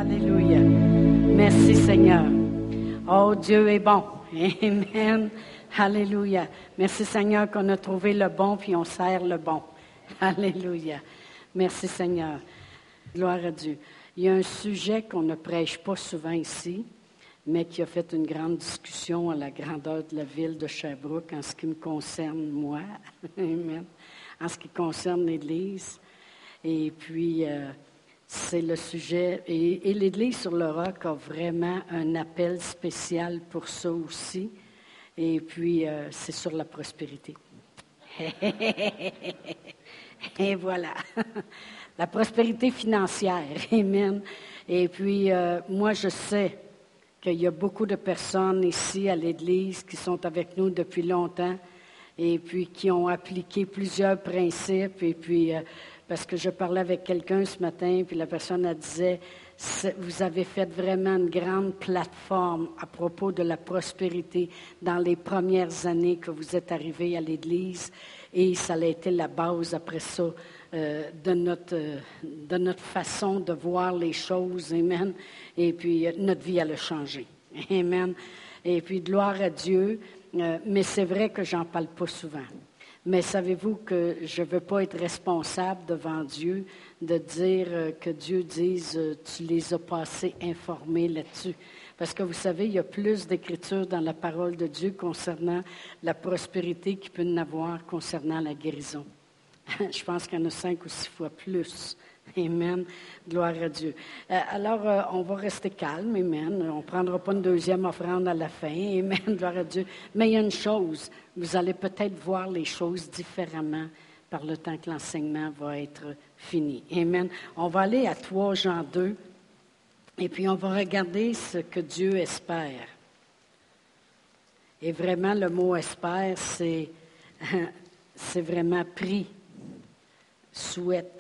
Alléluia. Merci Seigneur. Oh, Dieu est bon. Amen. Alléluia. Merci Seigneur qu'on a trouvé le bon puis on sert le bon. Alléluia. Merci Seigneur. Gloire à Dieu. Il y a un sujet qu'on ne prêche pas souvent ici, mais qui a fait une grande discussion à la grandeur de la ville de Sherbrooke en ce qui me concerne, moi. Amen. En ce qui concerne l'Église. Et puis, c'est le sujet. Et l'Église sur le roc a vraiment un appel spécial pour ça aussi. Et puis, c'est sur la prospérité. Et voilà. La prospérité financière. Amen. Et puis, moi, je sais qu'il y a beaucoup de personnes ici à l'Église qui sont avec nous depuis longtemps et puis qui ont appliqué plusieurs principes. Et puis, parce que je parlais avec quelqu'un ce matin, puis la personne elle disait, vous avez fait vraiment une grande plateforme à propos de la prospérité dans les premières années que vous êtes arrivés à l'Église. Et ça a été la base après ça de notre façon de voir les choses. Amen. Et puis, notre vie, elle a changé. Amen. Et puis, gloire à Dieu. Mais c'est vrai que j'en parle pas souvent. Mais savez-vous que je ne veux pas être responsable devant Dieu de dire que Dieu dise tu les as pas assez informés là-dessus. Parce que vous savez, il y a plus d'écritures dans la parole de Dieu concernant la prospérité qu'il peut y en avoir concernant la guérison. Je pense qu'il y en a 5 ou 6 fois plus. Amen. Gloire à Dieu. Alors, on va rester calme. Amen. On ne prendra pas une deuxième offrande à la fin. Amen. Gloire à Dieu. Mais il y a une chose. Vous allez peut-être voir les choses différemment par le temps que l'enseignement va être fini. Amen. On va aller à 3 Jean 2. Et puis, on va regarder ce que Dieu espère. Et vraiment, le mot « espère », c'est vraiment « prie »,« souhaite ».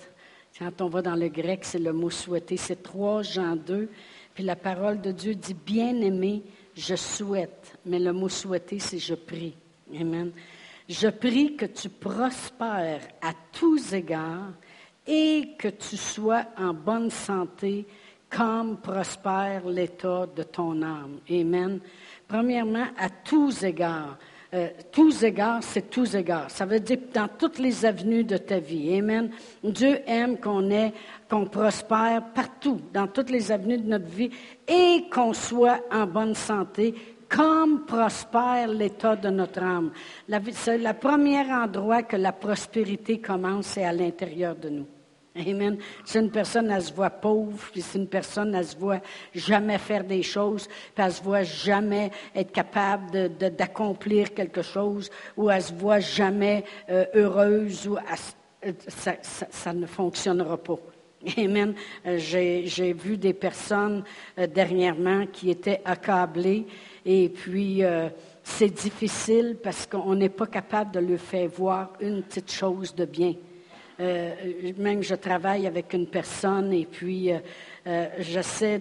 Quand on va dans le grec, c'est le mot « souhaiter ». C'est 3 Jean 2. Puis la parole de Dieu dit « bien-aimé, je souhaite ». Mais le mot « souhaiter », c'est « je prie ». Amen. Je prie que tu prospères à tous égards et que tu sois en bonne santé comme prospère l'état de ton âme. Amen. Premièrement, à tous égards. Tous égards, c'est tous égards. Ça veut dire dans toutes les avenues de ta vie. Amen. Dieu aime qu'on prospère partout, dans toutes les avenues de notre vie et qu'on soit en bonne santé, comme prospère l'état de notre âme. C'est le premier endroit que la prospérité commence, c'est à l'intérieur de nous. Amen. Si une personne, elle se voit pauvre, puis si une personne, elle se voit jamais faire des choses, puis elle se voit jamais être capable d'accomplir quelque chose, ou elle se voit jamais heureuse, ou ça ne fonctionnera pas. Amen. J'ai vu des personnes dernièrement qui étaient accablées, et puis c'est difficile parce qu'on n'est pas capable de leur faire voir une petite chose de bien. Même je travaille avec une personne et puis j'essaie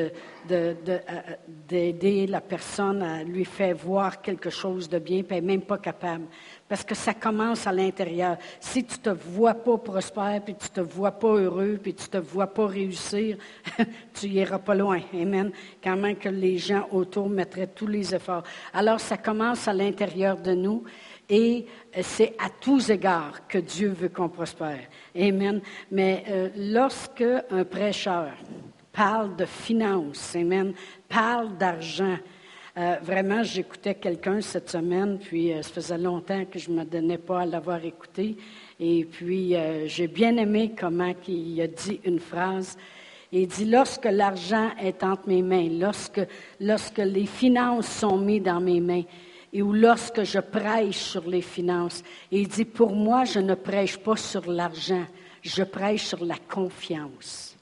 d'aider la personne à lui faire voir quelque chose de bien, puis elle n'est même pas capable. Parce que ça commence à l'intérieur. Si tu ne te vois pas prospère, puis tu ne te vois pas heureux, puis tu ne te vois pas réussir, tu n'iras pas loin. Amen. Quand même que les gens autour mettraient tous les efforts. Alors, ça commence à l'intérieur de nous. Et c'est à tous égards que Dieu veut qu'on prospère. Amen. Mais lorsque un prêcheur parle de finances, amen, parle d'argent, vraiment, j'écoutais quelqu'un cette semaine, puis ça faisait longtemps que je ne me donnais pas à l'avoir écouté. Et puis, j'ai bien aimé comment il a dit une phrase. Il dit, lorsque l'argent est entre mes mains, lorsque les finances sont mises dans mes mains, et ou lorsque je prêche sur les finances. Et il dit, pour moi, je ne prêche pas sur l'argent, je prêche sur la confiance.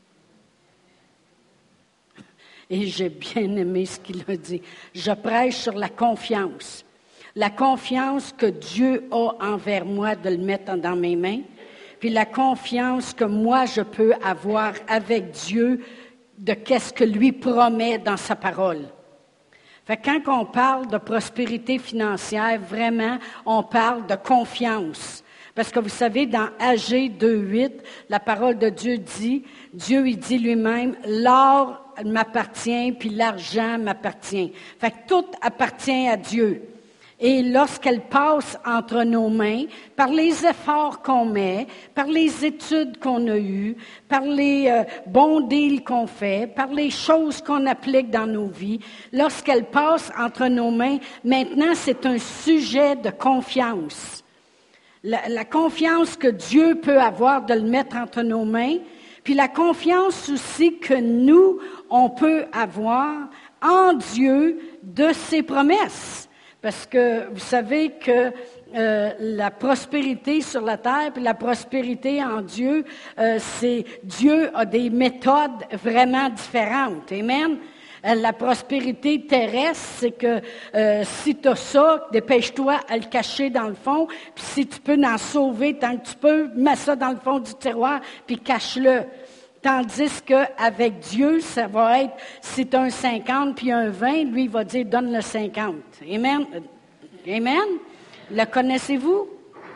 Et j'ai bien aimé ce qu'il a dit. Je prêche sur la confiance. La confiance que Dieu a envers moi de le mettre dans mes mains, puis la confiance que moi, je peux avoir avec Dieu de qu'est-ce que lui promet dans sa parole. Fait que quand on parle de prospérité financière, vraiment, on parle de confiance. Parce que vous savez, dans Agé 2.8, la parole de Dieu dit, Dieu il dit lui-même, l'or m'appartient, puis l'argent m'appartient. Fait que tout appartient à Dieu. Et lorsqu'elle passe entre nos mains, par les efforts qu'on met, par les études qu'on a eues, par les bons deals qu'on fait, par les choses qu'on applique dans nos vies, lorsqu'elle passe entre nos mains, maintenant c'est un sujet de confiance. La confiance que Dieu peut avoir de le mettre entre nos mains, puis la confiance aussi que nous, on peut avoir en Dieu de ses promesses. Parce que vous savez que la prospérité sur la terre, puis la prospérité en Dieu, Dieu a des méthodes vraiment différentes. Amen. La prospérité terrestre, c'est que si tu as ça, dépêche-toi à le cacher dans le fond, puis si tu peux en sauver tant que tu peux, mets ça dans le fond du tiroir, puis cache-le. Tandis qu'avec Dieu, ça va être, si tu as un 50 puis un 20, lui, il va dire, donne le 50. Amen. Amen. Le connaissez-vous?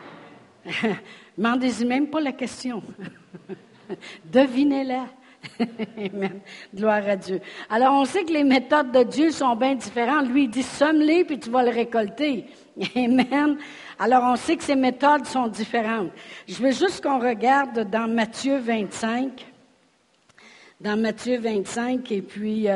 Demandez-y même pas la question. Devinez-la. Amen. Gloire à Dieu. Alors, on sait que les méthodes de Dieu sont bien différentes. Lui, il dit, sème-les, puis tu vas le récolter. Amen. Alors, on sait que ces méthodes sont différentes. Je veux juste qu'on regarde dans Matthieu 25. Dans Matthieu 25, et puis...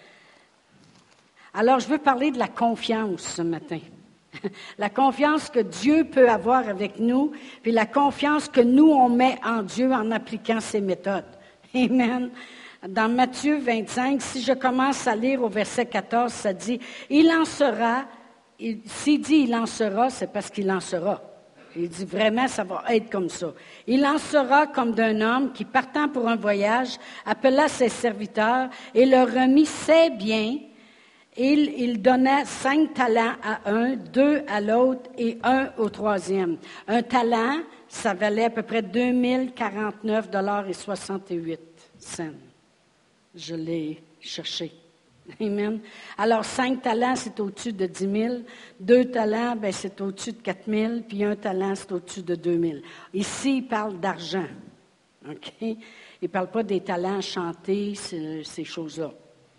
alors, je veux parler de la confiance ce matin. La confiance que Dieu peut avoir avec nous, puis la confiance que nous, on met en Dieu en appliquant ses méthodes. Amen. Dans Matthieu 25, si je commence à lire au verset 14, ça dit, « Il en sera », s'il dit « il en sera », c'est parce qu'il en sera. Il dit vraiment, ça va être comme ça. « Il en sera comme d'un homme qui, partant pour un voyage, appela ses serviteurs et leur remit ses biens. Il donna 5 talents à un, 2 à l'autre et 1 au troisième. » Un talent, ça valait à peu près 2049,68 $. Je l'ai cherché. Amen. Alors, 5 talents, c'est au-dessus de 10 000. 2 talents, ben, c'est au-dessus de 4 000. Puis 1 talent, c'est au-dessus de 2 000. Ici, il parle d'argent. OK? Il ne parle pas des talents chantés, ces choses-là.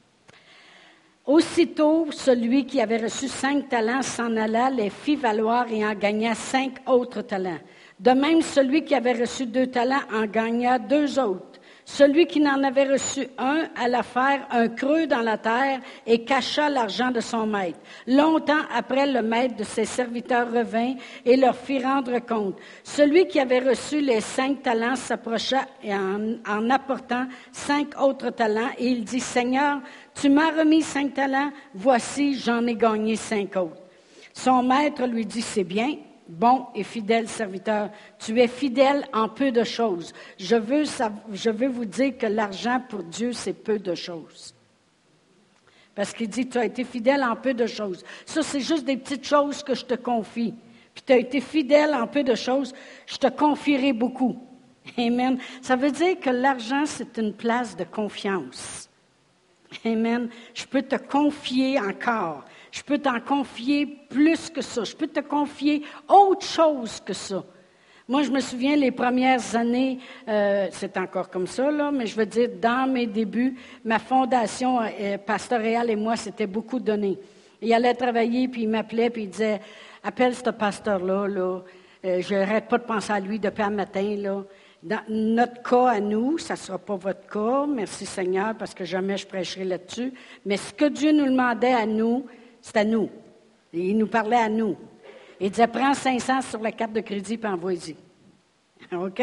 Aussitôt, celui qui avait reçu 5 talents s'en alla, les fit valoir et en gagna 5 autres talents. De même, celui qui avait reçu 2 talents en gagna 2 autres. Celui qui n'en avait reçu un alla faire un creux dans la terre et cacha l'argent de son maître. Longtemps après, le maître de ses serviteurs revint et leur fit rendre compte. Celui qui avait reçu les 5 talents s'approcha et en apportant 5 autres talents, et il dit, « Seigneur, tu m'as remis 5 talents, voici, j'en ai gagné 5 autres. » Son maître lui dit, « C'est bien. Bon et fidèle serviteur, tu es fidèle en peu de choses. Je veux vous dire que l'argent pour Dieu, c'est peu de choses. » Parce qu'il dit, tu as été fidèle en peu de choses. Ça, c'est juste des petites choses que je te confie. Puis tu as été fidèle en peu de choses, je te confierai beaucoup. Amen. Ça veut dire que l'argent, c'est une place de confiance. Amen. Je peux te confier encore. Je peux t'en confier plus que ça. Je peux te confier autre chose que ça. Moi, je me souviens, les premières années, c'est encore comme ça, là, mais je veux dire, dans mes débuts, ma fondation pastorale et moi, c'était beaucoup donné. Il allait travailler, puis il m'appelait, puis il disait, « Appelle ce pasteur-là, là. Je n'arrête pas de penser à lui depuis un matin, là. » Dans notre cas à nous, ça ne sera pas votre cas, merci Seigneur, parce que jamais je prêcherai là-dessus, mais ce que Dieu nous demandait à nous, c'est à nous. Et il nous parlait à nous. Il disait, prends 500 sur la carte de crédit et envoie-y. OK?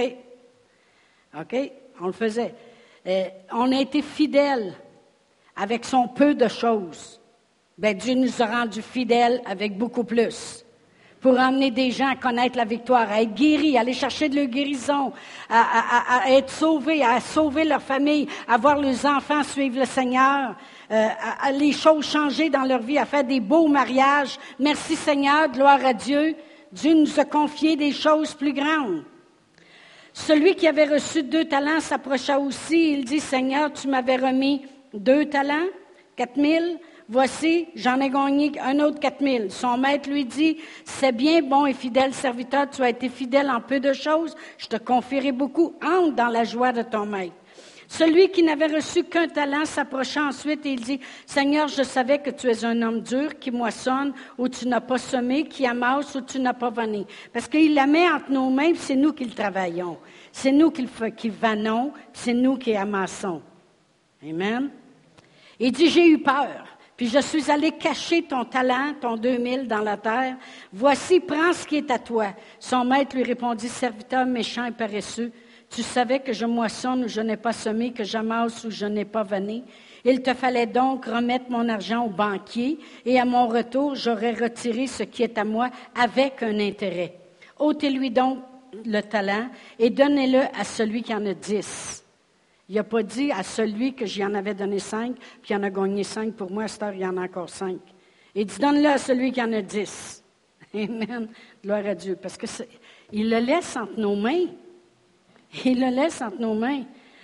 OK? On le faisait. On a été fidèles avec son peu de choses. Bien, Dieu nous a rendus fidèles avec beaucoup plus. Pour emmener des gens à connaître la victoire, à être guéris, à aller chercher de leur guérison, à être sauvés, à sauver leur famille, à voir leurs enfants suivre le Seigneur, à les choses changer dans leur vie, à faire des beaux mariages. Merci Seigneur, gloire à Dieu. Dieu nous a confié des choses plus grandes. Celui qui avait reçu 2 talents s'approcha aussi. Il dit, Seigneur, tu m'avais remis 2 talents, 4 000. voici, j'en ai gagné un autre 4 000. Son maître lui dit, c'est bien, bon et fidèle serviteur, tu as été fidèle en peu de choses, je te confierai beaucoup, entre dans la joie de ton maître. Celui qui n'avait reçu qu'un talent s'approcha ensuite et il dit, Seigneur, je savais que tu es un homme dur, qui moissonne où tu n'as pas semé, qui amasse où tu n'as pas vanné. Parce qu'il la met entre nos mains, puis c'est nous qui le travaillons. C'est nous qui vannons, c'est nous qui amassons. Amen. Il dit, j'ai eu peur, puis je suis allé cacher ton talent, ton 2000 dans la terre. Voici, prends ce qui est à toi. Son maître lui répondit, serviteur méchant et paresseux, tu savais que je moissonne où je n'ai pas semé, que j'amasse où je n'ai pas vanné. Il te fallait donc remettre mon argent au banquier, et à mon retour, j'aurais retiré ce qui est à moi avec un intérêt. Ôtez-lui donc le talent et donnez-le à celui qui en a 10. Il n'a pas dit à celui que j'y en avais donné 5, puis il en a gagné 5 pour moi, à cette heure, il y en a encore 5. Il dit, donne-le à celui qui en a 10. Amen. Gloire à Dieu. Parce que il le laisse entre nos mains. Il le laisse entre nos mains.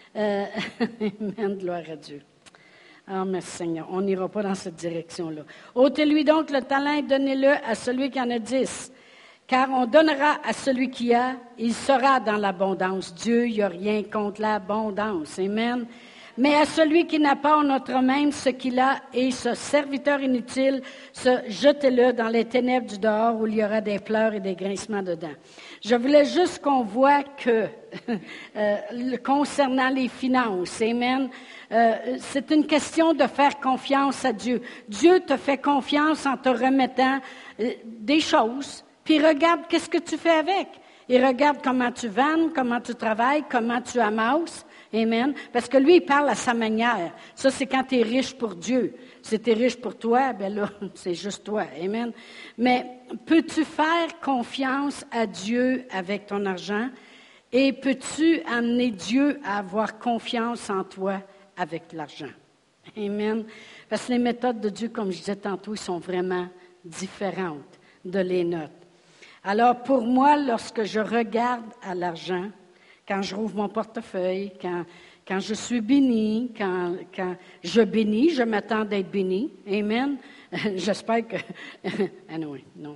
Amen, gloire à Dieu. Ah, merci Seigneur. On n'ira pas dans cette direction-là. Ôtez-lui donc le talent et donnez-le à celui qui en a 10. Car on donnera à celui qui a, il sera dans l'abondance. Dieu, il n'y a rien contre l'abondance. Amen. Mais à celui qui n'a pas, on notera même ce qu'il a, et ce serviteur inutile, jetez-le dans les ténèbres du dehors où il y aura des pleurs et des grincements dedans. Je voulais juste qu'on voit que, concernant les finances, amen, c'est une question de faire confiance à Dieu. Dieu te fait confiance en te remettant des choses, puis regarde qu'est-ce que tu fais avec. Et regarde comment tu vannes, comment tu travailles, comment tu amasses. Amen. Parce que lui, il parle à sa manière. Ça, c'est quand tu es riche pour Dieu. Si tu es riche pour toi, ben là, c'est juste toi. Amen. Mais peux-tu faire confiance à Dieu avec ton argent? Et peux-tu amener Dieu à avoir confiance en toi avec l'argent? Amen. Parce que les méthodes de Dieu, comme je disais tantôt, sont vraiment différentes de les nôtres. Alors, pour moi, lorsque je regarde à l'argent, quand je rouvre mon portefeuille, quand je suis bénie, quand je bénis, je m'attends d'être bénie. Amen. J'espère que... Anyway, non.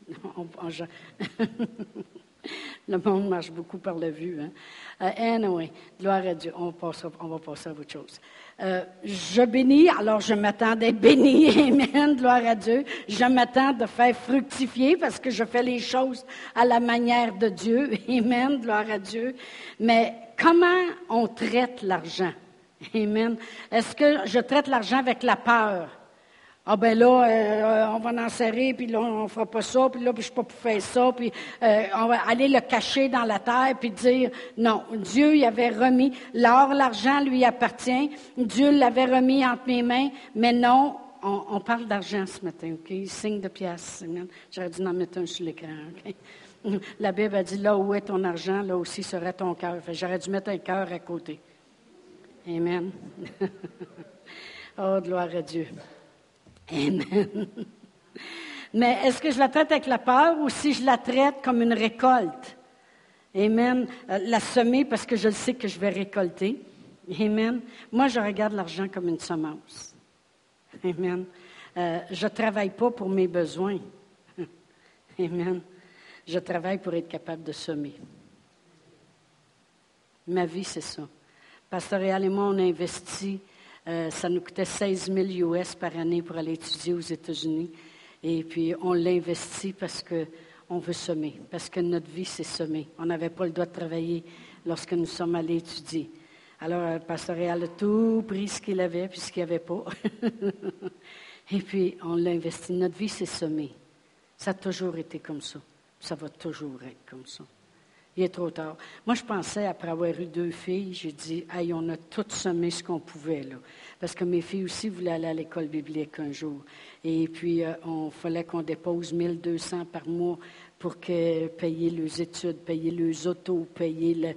Le monde marche beaucoup par la vue. Hein? Anyway, gloire à Dieu. On va passer à autre chose. Je bénis, alors je m'attends d'être béni. Amen, gloire à Dieu. Je m'attends de faire fructifier parce que je fais les choses à la manière de Dieu. Amen, gloire à Dieu. Mais comment on traite l'argent? Amen. Est-ce que je traite l'argent avec la peur? Ah ben là, on va en serrer, puis là, on fera pas ça, puis là, puis je suis pas pour faire ça, puis on va aller le cacher dans la terre, puis dire, non, Dieu y avait remis, l'or, l'argent lui appartient, Dieu l'avait remis entre mes mains, mais non, on parle d'argent ce matin, OK? Signe de pièces, j'aurais dû en mettre un sur l'écran, OK? La Bible a dit, là où est ton argent, là aussi sera ton cœur. J'aurais dû mettre un cœur à côté. Amen. Oh, gloire à Dieu. Amen. Mais est-ce que je la traite avec la peur ou si je la traite comme une récolte? Amen. La semer parce que je sais que je vais récolter. Amen. Moi, je regarde l'argent comme une semence. Amen. Je ne travaille pas pour mes besoins. Amen. Je travaille pour être capable de semer. Ma vie, c'est ça. Pasteur Réal et moi, on a investi. Ça nous coûtait 16 000 US par année pour aller étudier aux États-Unis. Et puis, on l'a investi parce qu'on veut semer, parce que notre vie, c'est semer. On n'avait pas le droit de travailler lorsque nous sommes allés étudier. Alors, le pasteur Réal a tout pris ce qu'il avait, puis ce qu'il n'y avait pas. Et puis, on l'a investi. Notre vie, c'est semer. Ça a toujours été comme ça. Ça va toujours être comme ça. Il est trop tard. Moi, je pensais, après avoir eu 2 filles, j'ai dit, hey, on a tout semé ce qu'on pouvait, là. Parce que mes filles aussi voulaient aller à l'école biblique un jour. Et puis, on fallait qu'on dépose 1 200 par mois pour payer leurs études, payer leurs autos, payer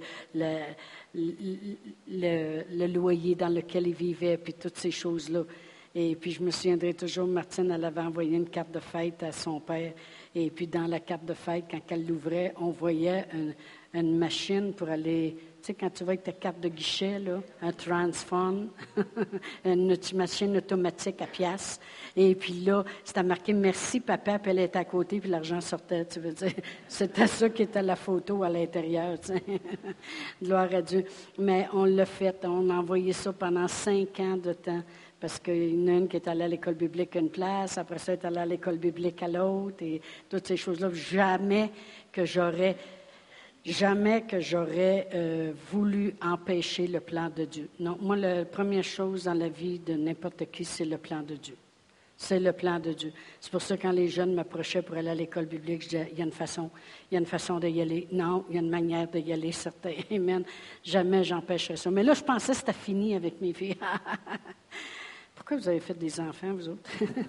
le loyer dans lequel ils vivaient, puis toutes ces choses-là. Et puis, je me souviendrai toujours, Martine, elle avait envoyé une carte de fête à son père. Et puis, dans la carte de fête, quand elle l'ouvrait, on voyait une machine pour aller sais, quand tu vas avec ta carte de guichet, là, un transfond, une machine automatique à pièces, et puis là, c'était marqué « Merci, papa », puis elle était à côté, puis l'argent sortait, tu veux dire. C'était ça qui était la photo à l'intérieur, tu sais. Gloire à Dieu. Mais on l'a fait, on a envoyé ça pendant 5 ans de temps, parce qu'il y en a une qui est allée à l'école biblique à une place, après ça, elle est allée à l'école biblique à l'autre, et toutes ces choses-là. Jamais que j'aurais voulu empêcher le plan de Dieu. Non, moi, la première chose dans la vie de n'importe qui, c'est le plan de Dieu. C'est le plan de Dieu. C'est pour ça que quand les jeunes m'approchaient pour aller à l'école biblique, je disais, il y a une façon d'y aller. Non, il y a une manière d'y aller, certain. Amen. Jamais j'empêcherais ça. Mais là, je pensais que c'était fini avec mes filles. Pourquoi vous avez fait des enfants, vous autres?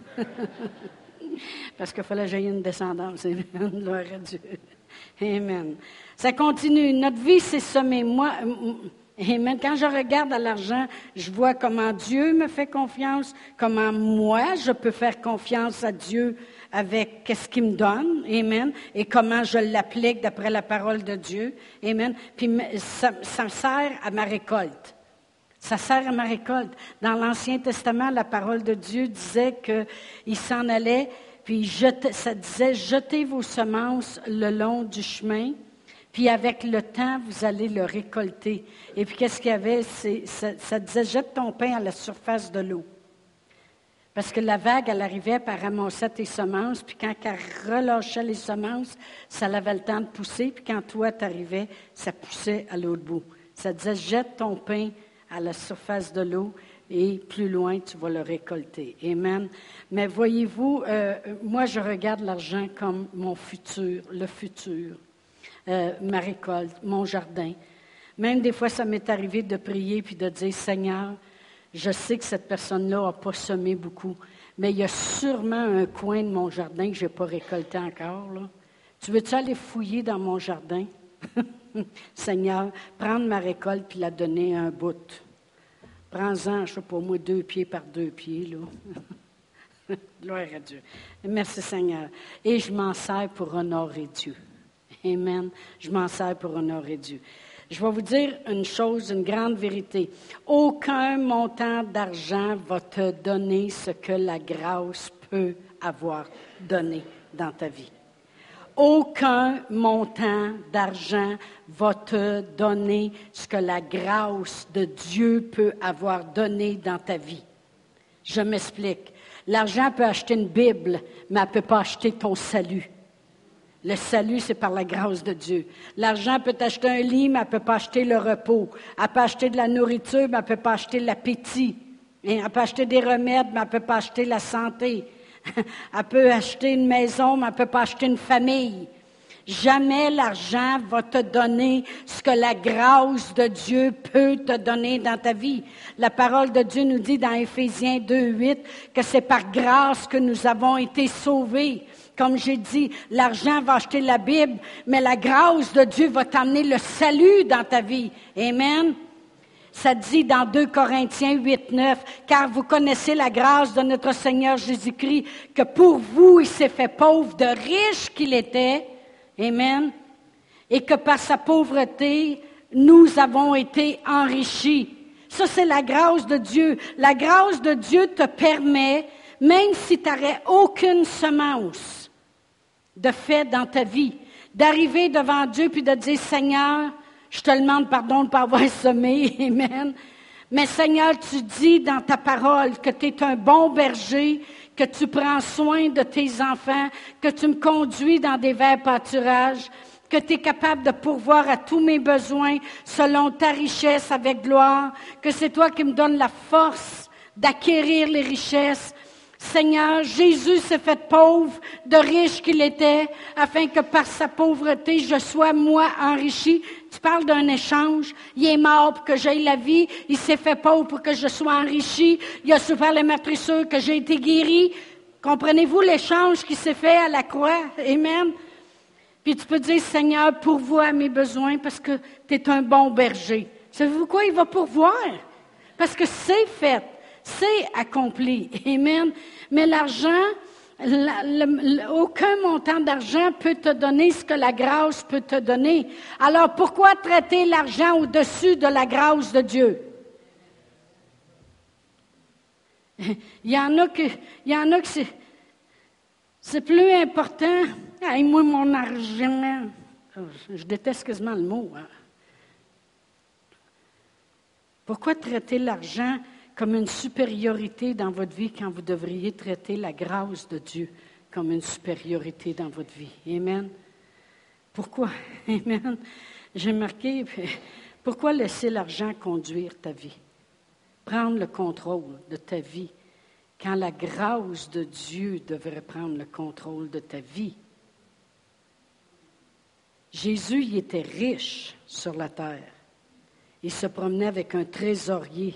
Parce qu'il fallait que j'aie une descendance. Amen. Gloire à Dieu. Amen. Ça continue. Notre vie s'est semée. Moi, amen. Quand je regarde à l'argent, je vois comment Dieu me fait confiance, comment moi, je peux faire confiance à Dieu avec ce qu'il me donne. Amen. Et comment je l'applique d'après la parole de Dieu. Amen. Puis ça sert à ma récolte. Ça sert à ma récolte. Dans l'Ancien Testament, la parole de Dieu disait qu'il s'en allait, puis ça disait, jetez vos semences le long du chemin, puis avec le temps, vous allez le récolter. Et puis qu'est-ce qu'il y avait? Ça disait, jette ton pain à la surface de l'eau. Parce que la vague, elle arrivait, puis elle ramassait tes semences, puis quand elle relâchait les semences, ça avait le temps de pousser, puis quand toi, t'arrivais, ça poussait à l'autre bout. Ça disait, jette ton pain à la surface de l'eau et plus loin, tu vas le récolter. Amen. Mais voyez-vous, moi, je regarde l'argent comme mon futur, le futur, ma récolte, mon jardin. Même des fois, ça m'est arrivé de prier puis de dire, Seigneur, je sais que cette personne-là n'a pas semé beaucoup, mais il y a sûrement un coin de mon jardin que je n'ai pas récolté encore. Là. Tu veux-tu aller fouiller dans mon jardin? Seigneur, prendre ma récolte puis la donner un bout. Prends-en, je ne sais pas moi, 2 pieds par 2 pieds, là. Gloire à Dieu. Merci Seigneur. Et je m'en sers pour honorer Dieu. Amen. Je m'en sers pour honorer Dieu. Je vais vous dire une chose, une grande vérité. Aucun montant d'argent va te donner ce que la grâce peut avoir donné dans ta vie. Aucun montant d'argent va te donner ce que la grâce de Dieu peut avoir donné dans ta vie. Je m'explique. L'argent peut acheter une Bible, mais elle ne peut pas acheter ton salut. Le salut, c'est par la grâce de Dieu. L'argent peut acheter un lit, mais elle ne peut pas acheter le repos. Elle peut acheter de la nourriture, mais elle ne peut pas acheter l'appétit. Elle peut acheter des remèdes, mais elle ne peut pas acheter la santé. Elle peut acheter une maison, mais elle ne peut pas acheter une famille. Jamais l'argent va te donner ce que la grâce de Dieu peut te donner dans ta vie. La parole de Dieu nous dit dans Éphésiens 2:8 que c'est par grâce que nous avons été sauvés. Comme j'ai dit, l'argent va acheter la Bible, mais la grâce de Dieu va t'amener le salut dans ta vie. Amen. Ça dit dans 2 Corinthiens 8:9, « Car vous connaissez la grâce de notre Seigneur Jésus-Christ, que pour vous, il s'est fait pauvre de riche qu'il était. » Amen. Et que par sa pauvreté, nous avons été enrichis. Ça, c'est la grâce de Dieu. La grâce de Dieu te permet, même si tu n'aurais aucune semence de fait dans ta vie, d'arriver devant Dieu puis de dire, « Seigneur, je te demande pardon de ne pas avoir semé. » Amen. Mais Seigneur, tu dis dans ta parole que tu es un bon berger, que tu prends soin de tes enfants, que tu me conduis dans des verts pâturages, que tu es capable de pourvoir à tous mes besoins selon ta richesse avec gloire, que c'est toi qui me donnes la force d'acquérir les richesses. Seigneur, Jésus s'est fait pauvre, de riche qu'il était, afin que par sa pauvreté, je sois, moi, enrichi. Tu parles d'un échange. Il est mort pour que j'aie la vie. Il s'est fait pauvre pour que je sois enrichi. Il a souffert les meurtrissures, que j'ai été guéri. Comprenez-vous l'échange qui s'est fait à la croix? Amen. Puis tu peux dire, Seigneur, pourvois à mes besoins parce que tu es un bon berger. Savez-vous quoi? Il va pourvoir. Parce que c'est fait. C'est accompli. Amen. Mais l'argent, aucun montant d'argent peut te donner ce que la grâce peut te donner. Alors pourquoi traiter l'argent au-dessus de la grâce de Dieu? Il y en a que c'est plus important. Hey, moi, mon argent. Je déteste quasiment le mot. Hein. Pourquoi traiter l'argent comme une supériorité dans votre vie quand vous devriez traiter la grâce de Dieu comme une supériorité dans votre vie? Amen. Pourquoi? Amen. J'ai marqué, pourquoi laisser l'argent conduire ta vie? Prendre le contrôle de ta vie quand la grâce de Dieu devrait prendre le contrôle de ta vie. Jésus, il était riche sur la terre. Il se promenait avec un trésorier.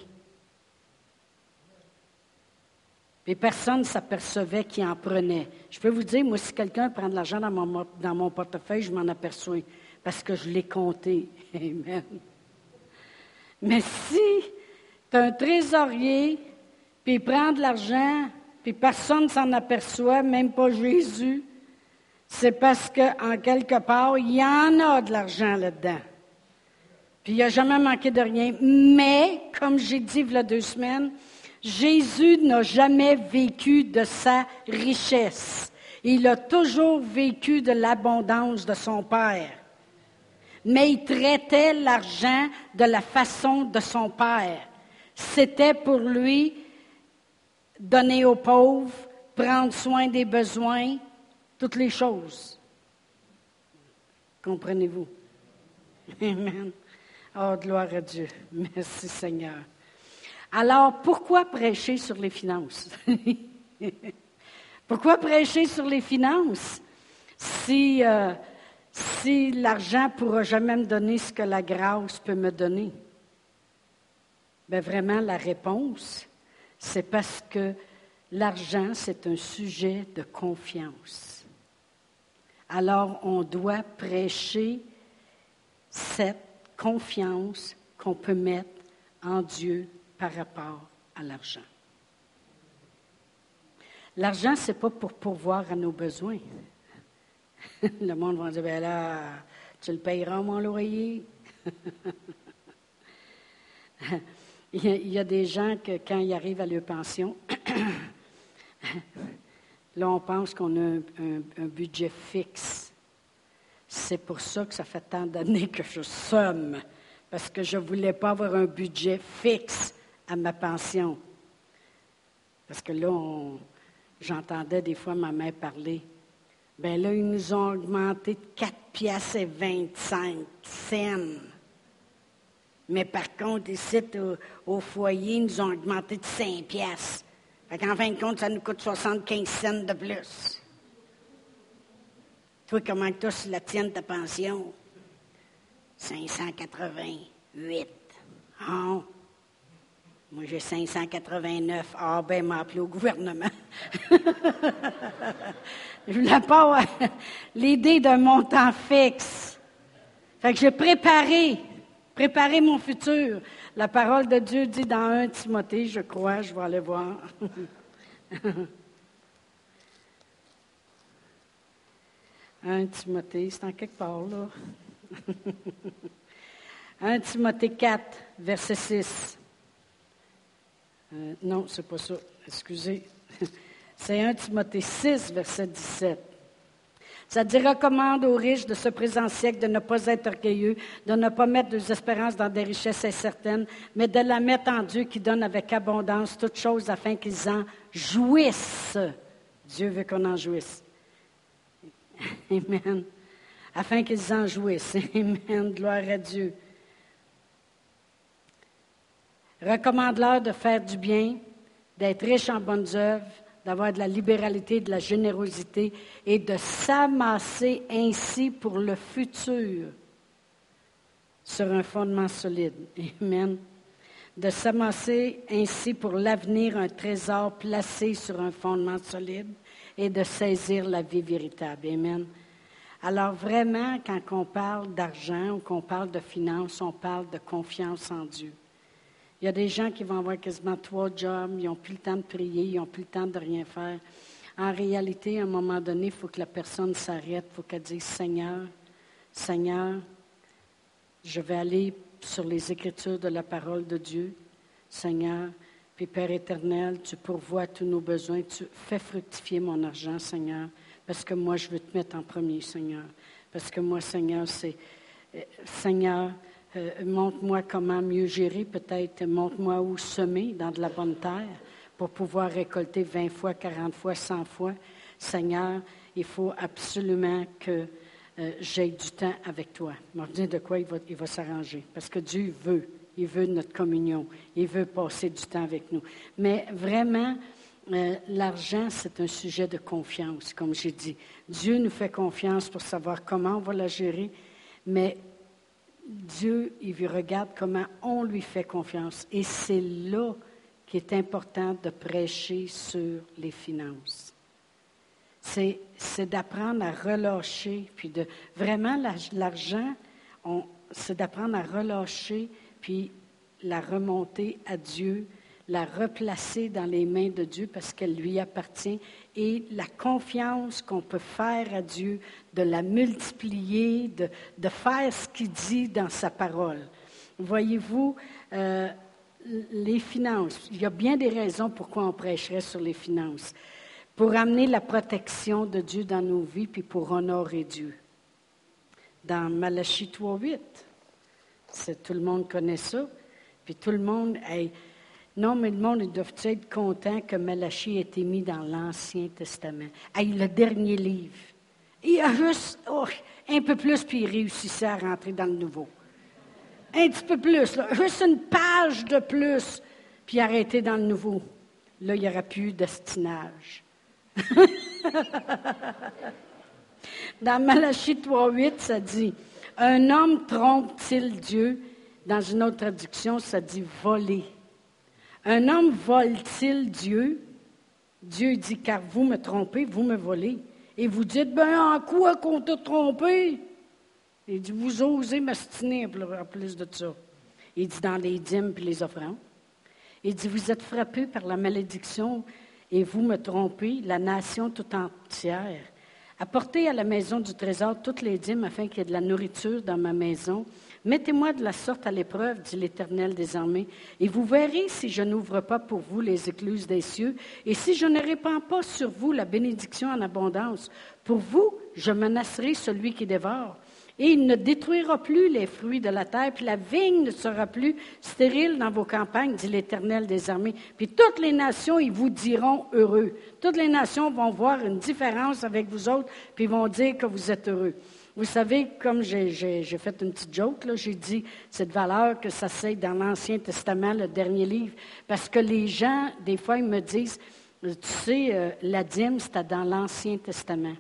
Et personne ne s'apercevait qu'il en prenait. Je peux vous dire, moi, si quelqu'un prend de l'argent dans mon portefeuille, je m'en aperçois parce que je l'ai compté. Amen. Mais si tu as un trésorier, puis il prend de l'argent, puis personne ne s'en aperçoit, même pas Jésus, c'est parce qu'en quelque part, il y en a de l'argent là-dedans. Puis il n'a jamais manqué de rien. Mais, comme j'ai dit il y a 2 semaines, Jésus n'a jamais vécu de sa richesse. Il a toujours vécu de l'abondance de son Père. Mais il traitait l'argent de la façon de son Père. C'était pour lui donner aux pauvres, prendre soin des besoins, toutes les choses. Comprenez-vous? Amen. Oh, gloire à Dieu. Merci Seigneur. Alors, pourquoi prêcher sur les finances? Pourquoi prêcher sur les finances si l'argent ne pourra jamais me donner ce que la grâce peut me donner? Bien, vraiment, la réponse, c'est parce que l'argent, c'est un sujet de confiance. Alors, on doit prêcher cette confiance qu'on peut mettre en Dieu par rapport à l'argent. L'argent, ce n'est pas pour pourvoir à nos besoins. Le monde va dire, bien là, tu le payeras, mon loyer. Il y a des gens que, quand ils arrivent à leur pension, là, on pense qu'on a un budget fixe. C'est pour ça que ça fait tant d'années que je somme, parce que je ne voulais pas avoir un budget fixe à ma pension. Parce que là, j'entendais des fois ma mère parler. Bien là, ils nous ont augmenté de 4,25 $. Mais par contre, ici, au foyer, ils nous ont augmenté de 5 $. Fait qu'en fin de compte, ça nous coûte 75 cents de plus. Toi, comment tu as sur la tienne, ta pension? 588. Oh. Moi, j'ai 589. Ah, ben, m'a appelé au gouvernement. Je voulais pas avoir l'idée d'un montant fixe. Fait que j'ai préparé mon futur. La parole de Dieu dit dans 1 Timothée, je crois, je vais aller voir. 1 Timothée, c'est en quelque part, là. 1 Timothée 4, verset 6. Non, c'est pas ça. Excusez. C'est 1 Timothée 6, verset 17. Ça dit, recommande aux riches de ce présent siècle de ne pas être orgueilleux, de ne pas mettre des espérances dans des richesses incertaines, mais de la mettre en Dieu qui donne avec abondance toutes choses afin qu'ils en jouissent. Dieu veut qu'on en jouisse. Amen. Afin qu'ils en jouissent. Amen. Gloire à Dieu. Recommande-leur de faire du bien, d'être riches en bonnes œuvres, d'avoir de la libéralité, de la générosité et de s'amasser ainsi pour le futur sur un fondement solide. Amen. De s'amasser ainsi pour l'avenir un trésor placé sur un fondement solide et de saisir la vie véritable. Amen. Alors vraiment, quand on parle d'argent ou qu'on parle de finances, on parle de confiance en Dieu. Il y a des gens qui vont avoir quasiment 3 jobs, ils n'ont plus le temps de prier, ils n'ont plus le temps de rien faire. En réalité, à un moment donné, il faut que la personne s'arrête, il faut qu'elle dise, Seigneur, je vais aller sur les Écritures de la parole de Dieu, Seigneur, puis Père éternel, tu pourvois tous nos besoins, tu fais fructifier mon argent, Seigneur, parce que moi, je veux te mettre en premier, Seigneur. Parce que moi, Seigneur, Seigneur, montre-moi comment mieux gérer, peut-être, montre-moi où semer dans de la bonne terre pour pouvoir récolter 20 fois, 40 fois, 100 fois. Seigneur, il faut absolument que j'ai du temps avec toi. Je vais dire de quoi il va s'arranger. Parce que Dieu il veut notre communion, il veut passer du temps avec nous. Mais vraiment, l'argent, c'est un sujet de confiance, comme j'ai dit. Dieu nous fait confiance pour savoir comment on va la gérer, mais Dieu, il regarde comment on lui fait confiance. Et c'est là qu'il est important de prêcher sur les finances. C'est d'apprendre à relâcher, puis vraiment l'argent, c'est d'apprendre à relâcher, puis la remonter à Dieu, la replacer dans les mains de Dieu parce qu'elle lui appartient, et la confiance qu'on peut faire à Dieu, de la multiplier, de faire ce qu'il dit dans sa parole. Voyez-vous, les finances, il y a bien des raisons pourquoi on prêcherait sur les finances. Pour amener la protection de Dieu dans nos vies, puis pour honorer Dieu. Dans Malachie 3:8, tout le monde connaît ça, puis tout le monde, non, mais le monde, ils doivent être contents que Malachie ait été mis dans l'Ancien Testament. Le dernier livre. Il a juste un peu plus, puis il réussissait à rentrer dans le Nouveau. Un petit peu plus, là, juste une page de plus, puis arrêter dans le Nouveau. Là, il n'y aura plus d'ostinage. Dans Malachie 3:8, ça dit « Un homme trompe-t-il Dieu? » Dans une autre traduction, ça dit « voler ». Un homme vole-t-il Dieu? Dieu dit « Car vous me trompez, vous me volez. » Et vous dites « Ben, en quoi qu'on t'a trompé? » Il dit « Vous osez m'astiner en plus de ça. » Il dit « Dans les dîmes et les offrandes. » Il dit « Vous êtes frappés par la malédiction et vous me trompez, la nation tout entière. Apportez à la maison du trésor toutes les dîmes afin qu'il y ait de la nourriture dans ma maison. Mettez-moi de la sorte à l'épreuve, dit l'Éternel des armées, et vous verrez si je n'ouvre pas pour vous les écluses des cieux, et si je ne répands pas sur vous la bénédiction en abondance. Pour vous, je menacerai celui qui dévore. Et il ne détruira plus les fruits de la terre, puis la vigne ne sera plus stérile dans vos campagnes, dit l'Éternel des armées. Puis toutes les nations, ils vous diront heureux. Toutes les nations vont voir une différence avec vous autres, puis ils vont dire que vous êtes heureux. Vous savez, comme j'ai fait une petite joke, là, j'ai dit, c'est de valeur que ça soit dans l'Ancien Testament, le dernier livre, parce que les gens, des fois, ils me disent, tu sais, la dîme, c'était dans l'Ancien Testament.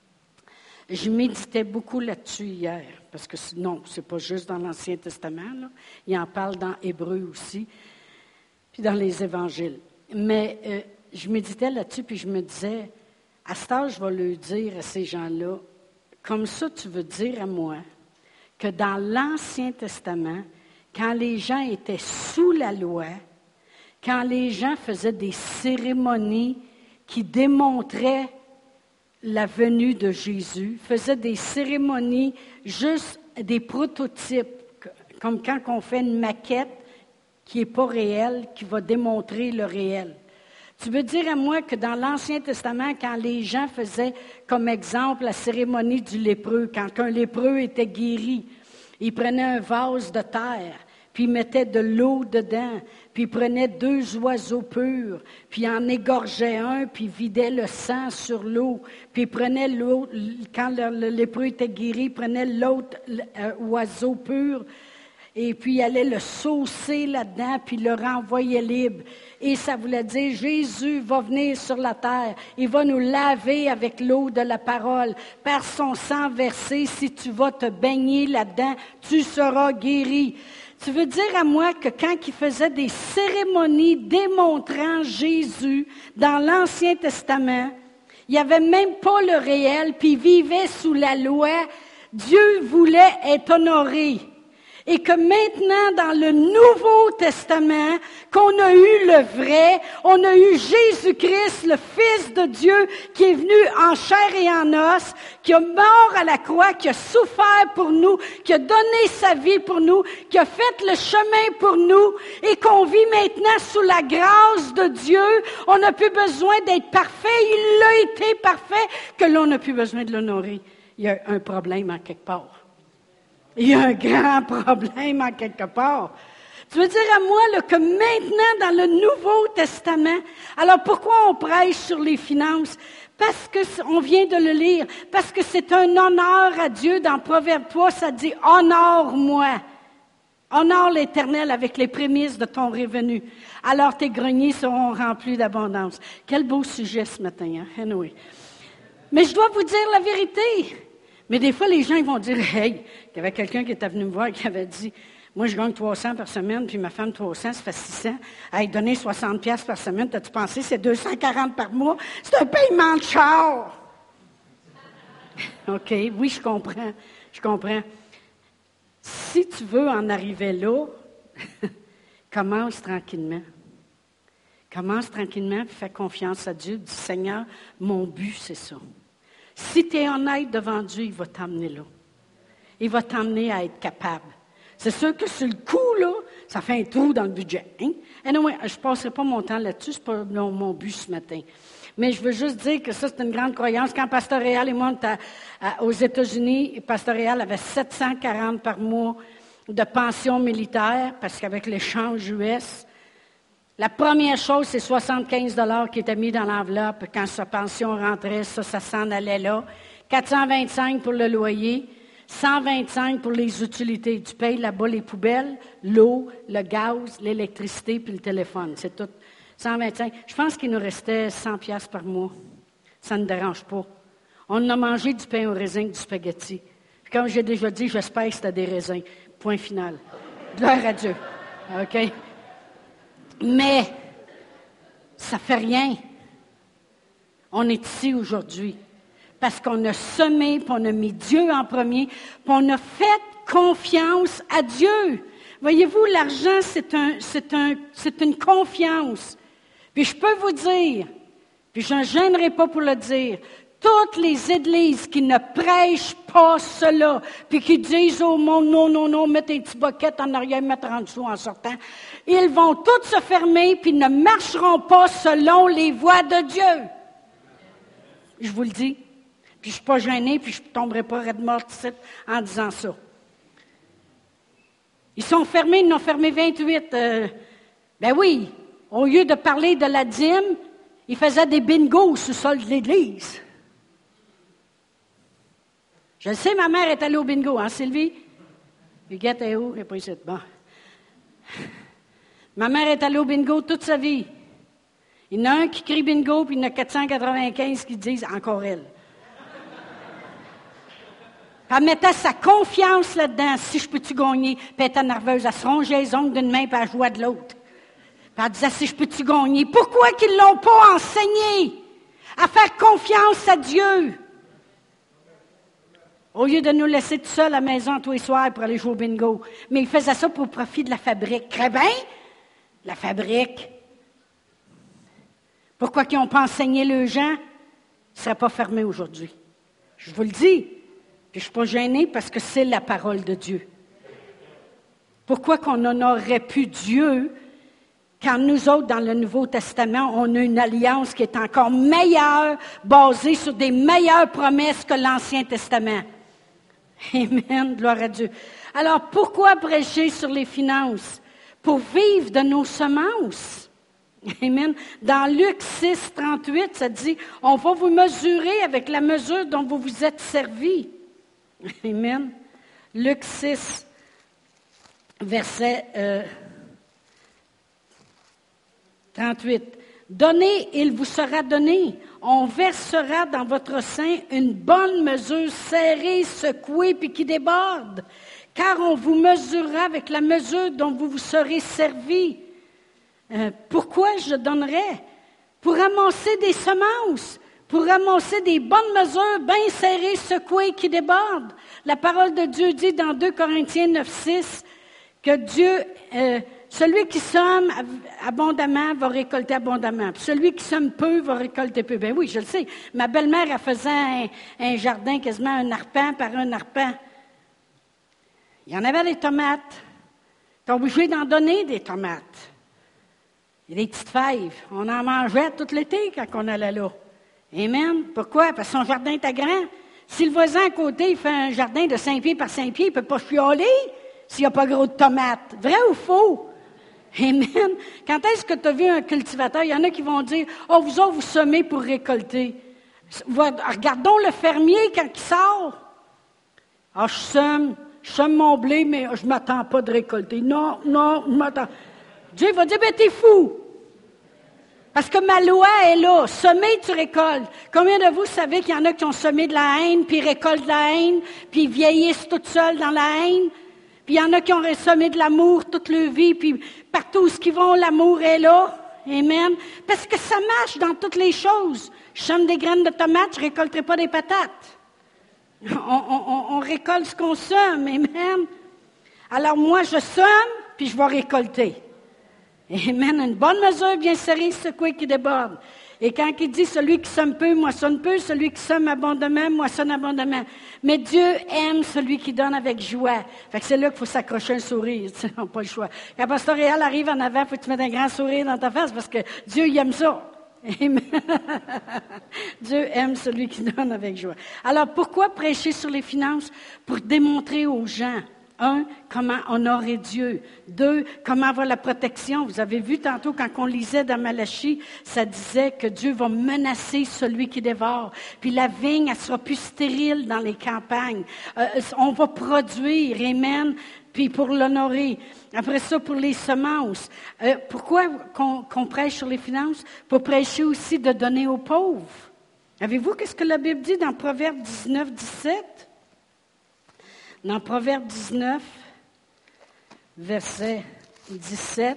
Je méditais beaucoup là-dessus hier, parce que non, c'est pas juste dans l'Ancien Testament, là. Il en parle dans Hébreu aussi, puis dans les Évangiles. Mais je méditais là-dessus, puis je me disais, à cet âge, je vais leur dire à ces gens-là, comme ça, tu veux dire à moi que dans l'Ancien Testament, quand les gens étaient sous la loi, quand les gens faisaient des cérémonies qui démontraient la venue de Jésus, faisaient des cérémonies, juste des prototypes, comme quand on fait une maquette qui n'est pas réelle, qui va démontrer le réel. Tu veux dire à moi que dans l'Ancien Testament, quand les gens faisaient, comme exemple, la cérémonie du lépreux, quand un lépreux était guéri, ils prenaient un vase de terre, puis ils mettaient de l'eau dedans, puis ils prenaient 2 oiseaux purs, puis ils en égorgeaient un, puis ils vidaient le sang sur l'eau, puis ils prenaient l'eau, quand le lépreux était guéri, ils prenaient l'autre oiseau pur, et puis ils allaient le saucer là-dedans, puis le renvoyaient libre. Et ça voulait dire, Jésus va venir sur la terre, il va nous laver avec l'eau de la parole. Par son sang versé, si tu vas te baigner là-dedans, tu seras guéri. Tu veux dire à moi que quand ils faisaient des cérémonies démontrant Jésus dans l'Ancien Testament, il n'y avait même pas le réel, puis ils vivaient sous la loi. Dieu voulait être honoré. Et que maintenant, dans le Nouveau Testament, qu'on a eu le vrai, on a eu Jésus-Christ, le Fils de Dieu, qui est venu en chair et en os, qui a mort à la croix, qui a souffert pour nous, qui a donné sa vie pour nous, qui a fait le chemin pour nous, et qu'on vit maintenant sous la grâce de Dieu. On n'a plus besoin d'être parfait. Il a été parfait, que l'on n'a plus besoin de l'honorer. Il y a un problème en quelque part. Il y a un grand problème en quelque part. Tu veux dire à moi là, que maintenant, dans le Nouveau Testament, alors pourquoi on prêche sur les finances? Parce qu'on vient de le lire, parce que c'est un honneur à Dieu. Dans Proverbe 3, ça dit « Honore-moi ». Honore l'Éternel avec les prémices de ton revenu. Alors tes greniers seront remplis d'abondance. Quel beau sujet ce matin, hein? Anyway. Mais je dois vous dire la vérité. Mais des fois, les gens ils vont dire, hey, il y avait quelqu'un qui était venu me voir et qui avait dit, moi, je gagne 300 par semaine, puis ma femme 300, ça fait 600. Hey, donner 60 piastres par semaine, t'as-tu pensé, c'est 240 par mois? C'est un paiement de char! OK, oui, je comprends. Si tu veux en arriver là, commence tranquillement. Commence tranquillement, puis fais confiance à Dieu. Dis, Seigneur, mon but, c'est ça. Si tu es honnête devant Dieu, il va t'emmener là. Il va t'emmener à être capable. C'est sûr que sur le coup, là, ça fait un trou dans le budget. Hein? Anyway, je ne passerai pas mon temps là-dessus, ce n'est pas mon but ce matin. Mais je veux juste dire que ça, c'est une grande croyance. Quand Pasteur Réal et moi, on était aux États-Unis, Pasteur Réal avait 740 par mois de pension militaire, parce qu'avec l'échange US, la première chose, c'est 75 $ qui étaient mis dans l'enveloppe. Quand sa pension rentrait, ça s'en allait là. 425 pour le loyer, 125 pour les utilités. Tu payes là-bas les poubelles, l'eau, le gaz, l'électricité puis le téléphone. C'est tout. 125. Je pense qu'il nous restait 100 piastres par mois. Ça ne dérange pas. On a mangé du pain au raisin, du spaghetti. Puis comme j'ai déjà dit, j'espère que c'était des raisins. Point final. Gloire à Dieu. OK? Mais, ça ne fait rien. On est ici aujourd'hui parce qu'on a semé, puis on a mis Dieu en premier, puis on a fait confiance à Dieu. Voyez-vous, l'argent, c'est une confiance. Puis je peux vous dire, puis je ne gênerai pas pour le dire, toutes les églises qui ne prêchent pas cela, puis qui disent au monde, non, mettez un petit boquette en arrière, mettre en dessous en sortant, ils vont tous se fermer, puis ne marcheront pas selon les voies de Dieu. Je vous le dis. Puis je ne suis pas gênée, puis je ne tomberai pas raide morte ici en disant ça. Ils sont fermés, ils en ont fermé 28. Ben oui, au lieu de parler de la dîme, ils faisaient des bingos sous le sol de l'église. Je le sais, ma mère est allée au bingo, hein, Sylvie? Huguette est où? Elle n'est pas ici. Bon. Ma mère est allée au bingo toute sa vie. Il y en a un qui crie bingo, puis il y en a 495 qui disent encore elle. Elle mettait sa confiance là-dedans, si je peux-tu gagner. Puis elle était nerveuse, elle se rongeait les ongles d'une main, puis elle jouait de l'autre. Puis elle disait, si je peux-tu gagner. Pourquoi qu'ils ne l'ont pas enseigné à faire confiance à Dieu? Au lieu de nous laisser tout seuls à la maison tous les soirs pour aller jouer au bingo. Mais ils faisaient ça pour le profit de la fabrique. Très bien, la fabrique. Pourquoi qu'ils n'ont pas enseigné les gens? Ils ne seraient pas fermés aujourd'hui. Je vous le dis. Puis je ne suis pas gênée parce que c'est la parole de Dieu. Pourquoi qu'on n'honorerait plus Dieu quand nous autres, dans le Nouveau Testament, on a une alliance qui est encore meilleure, basée sur des meilleures promesses que l'Ancien Testament? Amen, gloire à Dieu. Alors, pourquoi prêcher sur les finances? Pour vivre de nos semences. Amen. Dans Luc 6, 38, ça dit, on va vous mesurer avec la mesure dont vous vous êtes servis. Amen. Luc 6, verset 38. Donnez, il vous sera donné. On versera dans votre sein une bonne mesure serrée, secouée, puis qui déborde. Car on vous mesurera avec la mesure dont vous vous serez servis. Pourquoi je donnerais? Pour ramasser des semences, pour ramasser des bonnes mesures bien serrées, secouées, qui débordent. La parole de Dieu dit dans 2 Corinthiens 9, 6, que Dieu, celui qui sème abondamment va récolter abondamment. Puis celui qui sème peu va récolter peu. Ben oui, je le sais. Ma belle-mère, elle faisait un jardin, quasiment un arpent par un arpent. Il y en avait des tomates. Tu es obligé d'en donner des tomates. Il y a des petites fèves. On en mangeait tout l'été quand on allait là. Amen. Pourquoi? Parce que son jardin était grand. Si le voisin à côté il fait un jardin de 5 pieds par 5 pieds, il ne peut pas chialer s'il n'y a pas gros de tomates. Vrai ou faux? Amen. Quand est-ce que tu as vu un cultivateur? Il y en a qui vont dire, « Oh, vous autres, vous semez pour récolter. » Regardons le fermier quand il sort. « Ah, je sème mon blé, mais je ne m'attends pas de récolter. » Non, je m'attends. Dieu va dire, « Ben, t'es fou. » Parce que ma loi est là. Semer, tu récoltes. Combien de vous savez qu'il y en a qui ont semé de la haine, puis ils récoltent de la haine, puis ils vieillissent toutes seules dans la haine? Puis il y en a qui ont semé de l'amour toute leur vie, puis partout où ils vont, l'amour est là. Amen. Parce que ça marche dans toutes les choses. Je sème des graines de tomates, je ne récolterai pas des patates. On récolte ce qu'on sème. Amen. Alors moi, je sème, puis je vais récolter. Amen. Une bonne mesure bien serrée, secouée qui déborde. Et quand il dit, celui qui sème peu, moissonne peu, celui qui sème abondamment, moissonne abondamment. Mais Dieu aime celui qui donne avec joie. Fait que c'est là qu'il faut s'accrocher un sourire, tu sais, on n'a pas le choix. Quand Pasteur Réal arrive en avant, il faut que tu mettes un grand sourire dans ta face parce que Dieu, il aime ça. Amen. Dieu aime celui qui donne avec joie. Alors, pourquoi prêcher sur les finances? Pour démontrer aux gens, 1, comment honorer Dieu. 2, comment avoir la protection. Vous avez vu tantôt, quand on lisait dans Malachie, ça disait que Dieu va menacer celui qui dévore. Puis la vigne, elle sera plus stérile dans les campagnes. On va produire, amen, puis pour l'honorer. Après ça, pour les semences. Pourquoi qu'on prêche sur les finances? Pour prêcher aussi de donner aux pauvres. Avez-vous qu'est-ce que la Bible dit dans Proverbe 19, 17? Dans Proverbe 19, verset 17,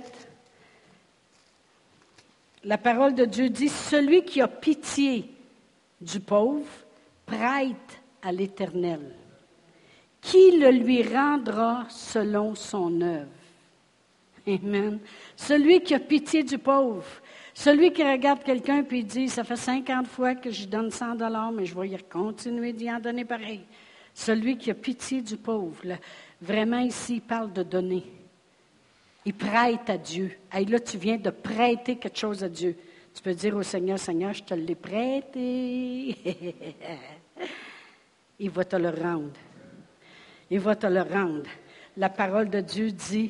la parole de Dieu dit, « Celui qui a pitié du pauvre prête à l'Éternel, qui le lui rendra selon son œuvre. » Amen. Celui qui a pitié du pauvre, celui qui regarde quelqu'un et dit, « Ça fait 50 fois que je donne 100 $, mais je vais y continuer d'y en donner pareil. » Celui qui a pitié du pauvre, là, vraiment ici, il parle de donner. Il prête à Dieu. Hey, là, tu viens de prêter quelque chose à Dieu. Tu peux dire au Seigneur, « Seigneur, je te l'ai prêté. » Il va te le rendre. Il va te le rendre. La parole de Dieu dit,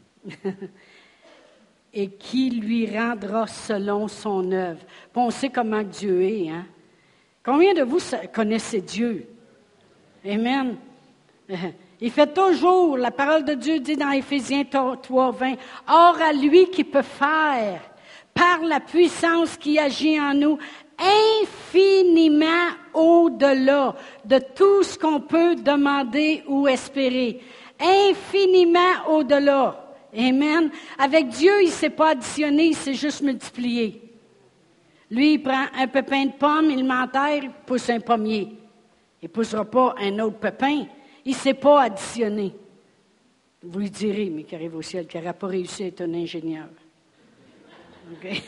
« Et qui lui rendra selon son œuvre. » Puis on sait comment Dieu est, hein? Combien de vous connaissez Dieu? Amen. Il fait toujours, la parole de Dieu dit dans Éphésiens 3, 20, « Or à lui qui peut faire, par la puissance qui agit en nous, infiniment au-delà de tout ce qu'on peut demander ou espérer. Infiniment au-delà. » Amen. Avec Dieu, il ne s'est pas additionné, il s'est juste multiplié. Lui, il prend un pépin de pomme, il m'enterre, il pousse un pommier. Il ne poussera pas un autre pépin. Il ne s'est pas additionné. Vous lui direz, mais qui arrive au ciel, qui n'aura pas réussi à être un ingénieur. OK?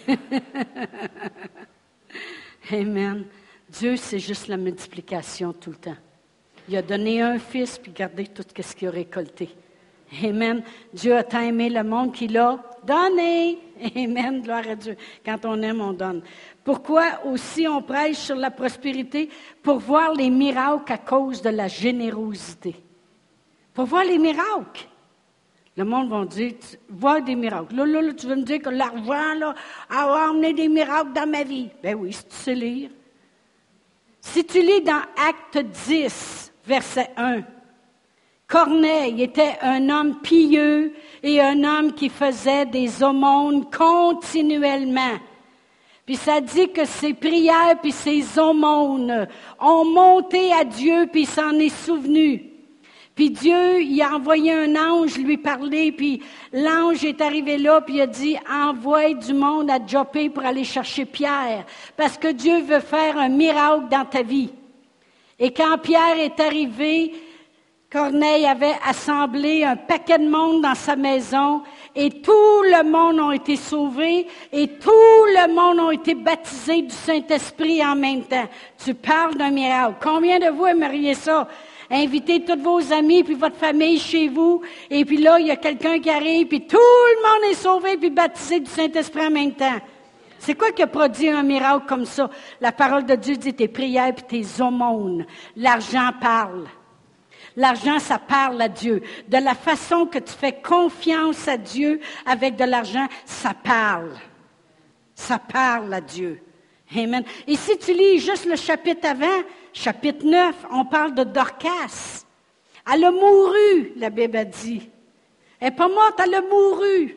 Amen. Dieu, c'est juste la multiplication tout le temps. Il a donné un fils, puis gardez tout ce qu'il a récolté. Amen. Dieu a tant aimé le monde qu'il a donné. Amen. Gloire à Dieu. Quand on aime, on donne. Pourquoi aussi on prêche sur la prospérité? Pour voir les miracles à cause de la générosité. Pour voir les miracles. Le monde va dire, voir des miracles. Là, tu veux me dire que l'argent, là, a amené des miracles dans ma vie. Ben oui, si tu sais lire. Si tu lis dans Acte 10, verset 1, Corneille était un homme pieux et un homme qui faisait des aumônes continuellement. Puis ça dit que ses prières puis ses aumônes ont monté à Dieu puis il s'en est souvenu. Puis Dieu, il a envoyé un ange lui parler, puis l'ange est arrivé là, puis il a dit, envoie du monde à Joppé pour aller chercher Pierre, parce que Dieu veut faire un miracle dans ta vie. Et quand Pierre est arrivé, Corneille avait assemblé un paquet de monde dans sa maison et tout le monde a été sauvé et tout le monde a été baptisé du Saint-Esprit en même temps. Tu parles d'un miracle. Combien de vous aimeriez ça? Invitez tous vos amis puis votre famille chez vous et puis là, il y a quelqu'un qui arrive puis tout le monde est sauvé puis baptisé du Saint-Esprit en même temps. C'est quoi qui a produit un miracle comme ça? La parole de Dieu dit tes prières puis tes aumônes. L'argent parle. L'argent, ça parle à Dieu. De la façon que tu fais confiance à Dieu avec de l'argent, ça parle. Ça parle à Dieu. Amen. Et si tu lis juste le chapitre avant, chapitre 9, on parle de Dorcas. Elle a mouru, la Bible a dit. Elle n'est pas morte, elle a mouru.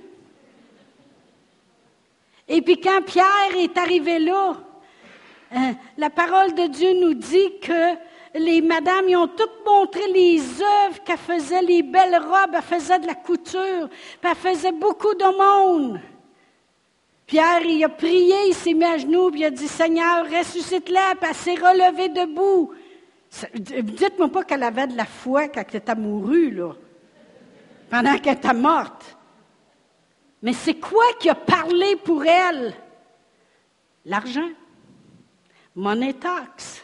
Et puis quand Pierre est arrivé là, la parole de Dieu nous dit que les madames, ils ont toutes montré les œuvres qu'elle faisait, les belles robes, elle faisait de la couture, puis elle faisait beaucoup d'aumônes. Pierre, il a prié, il s'est mis à genoux, puis il a dit, Seigneur, ressuscite-la, puis elle s'est relevée debout. Dites-moi pas qu'elle avait de la foi quand elle était mourue, là, pendant qu'elle était morte. Mais c'est quoi qui a parlé pour elle? L'argent. Money talks.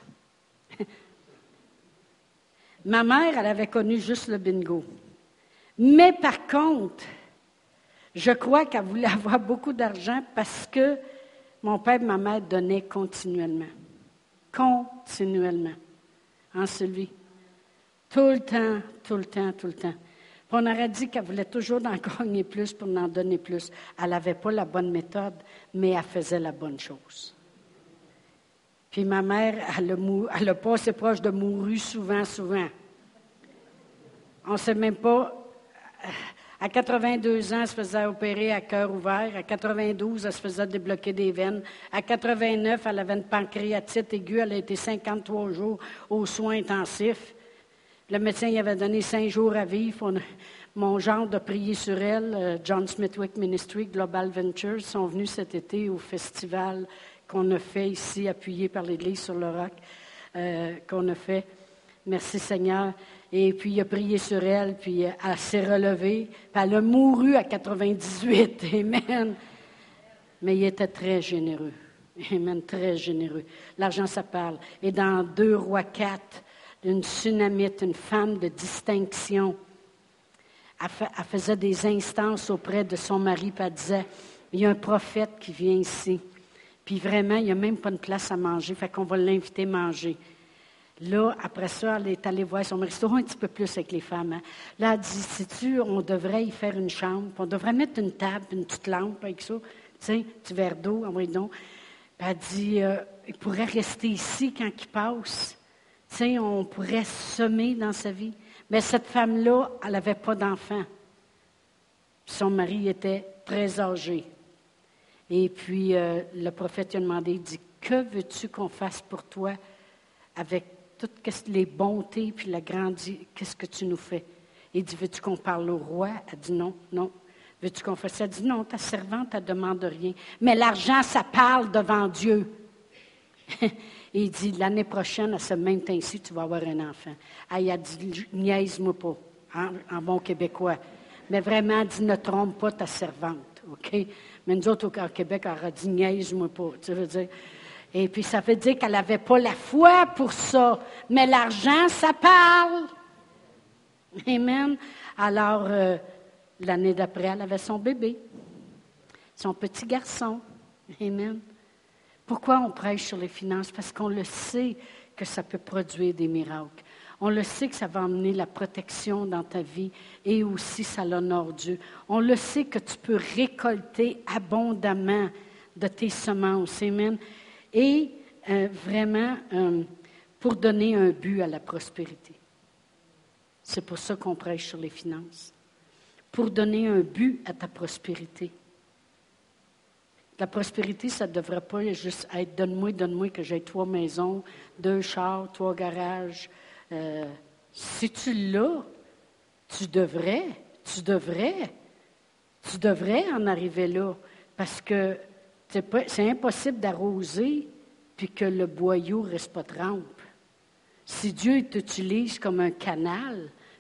Ma mère, elle avait connu juste le bingo. Mais par contre, je crois qu'elle voulait avoir beaucoup d'argent parce que mon père et ma mère donnaient continuellement. Continuellement. En Sylvie. Tout le temps, tout le temps, tout le temps. Puis on aurait dit qu'elle voulait toujours en gagner plus pour en donner plus. Elle n'avait pas la bonne méthode, mais elle faisait la bonne chose. Puis ma mère, elle a passé proche de mourir souvent. On ne sait même pas. À 82 ans, elle se faisait opérer à cœur ouvert. À 92, elle se faisait débloquer des veines. À 89, elle avait une pancréatite aiguë. Elle a été 53 jours aux soins intensifs. Le médecin y avait donné 5 jours à vivre. Mon genre de prier sur elle, John Smithwick Ministry, Global Ventures, sont venus cet été au festival qu'on a fait ici, appuyé par l'Église sur le roc, qu'on a fait. Merci Seigneur. Et puis, il a prié sur elle, puis elle s'est relevée. Puis elle a mouru à 98. Amen. Mais il était très généreux. Amen, très généreux. L'argent, ça parle. Et dans 2 Rois 4, une Sunamite, une femme de distinction, elle faisait des instances auprès de son mari, puis elle disait, il y a un prophète qui vient ici. Puis vraiment, il n'y a même pas de place à manger, fait qu'on va l'inviter à manger. Là, après ça, elle est allée voir son mari. C'est un petit peu plus avec les femmes. Hein? Là, elle dit, sais-tu, on devrait y faire une chambre, on devrait mettre une table, une petite lampe avec ça, tu sais, un petit verre d'eau, envoyez donc. Puis elle dit, il pourrait rester ici quand il passe. Tu sais, on pourrait semer dans sa vie. Mais cette femme-là, elle n'avait pas d'enfant. Son mari était très âgé. Et puis, le prophète lui a demandé, il dit, que veux-tu qu'on fasse pour toi avec toutes les bontés puis la grandeur, qu'est-ce que tu nous fais? Il dit, veux-tu qu'on parle au roi? Elle dit, non. Veux-tu qu'on fasse ça? Elle dit, non, ta servante, elle ne demande rien. Mais l'argent, ça parle devant Dieu. Et il dit, l'année prochaine, à ce même temps-ci, tu vas avoir un enfant. Elle a dit, niaise-moi pas, en bon québécois. Mais vraiment, elle dit, ne trompe pas ta servante, OK? Mais nous autres, au Québec, elle a dit, niaise-moi pas, tu veux dire. Et puis, ça veut dire qu'elle n'avait pas la foi pour ça. Mais l'argent, ça parle. Amen. Alors, l'année d'après, elle avait son bébé, son petit garçon. Amen. Pourquoi on prêche sur les finances? Parce qu'on le sait que ça peut produire des miracles. On le sait que ça va amener la protection dans ta vie et aussi ça l'honore Dieu. On le sait que tu peux récolter abondamment de tes semences. Amen. Et vraiment, pour donner un but à la prospérité. C'est pour ça qu'on prêche sur les finances. Pour donner un but à ta prospérité. La prospérité, ça ne devrait pas juste être « donne-moi, que j'ai 3 maisons, 2 chars, 3 garages. » Si tu l'as, tu devrais en arriver là. Parce que c'est impossible d'arroser puis que le boyau ne reste pas trempe. Si Dieu t'utilise comme un canal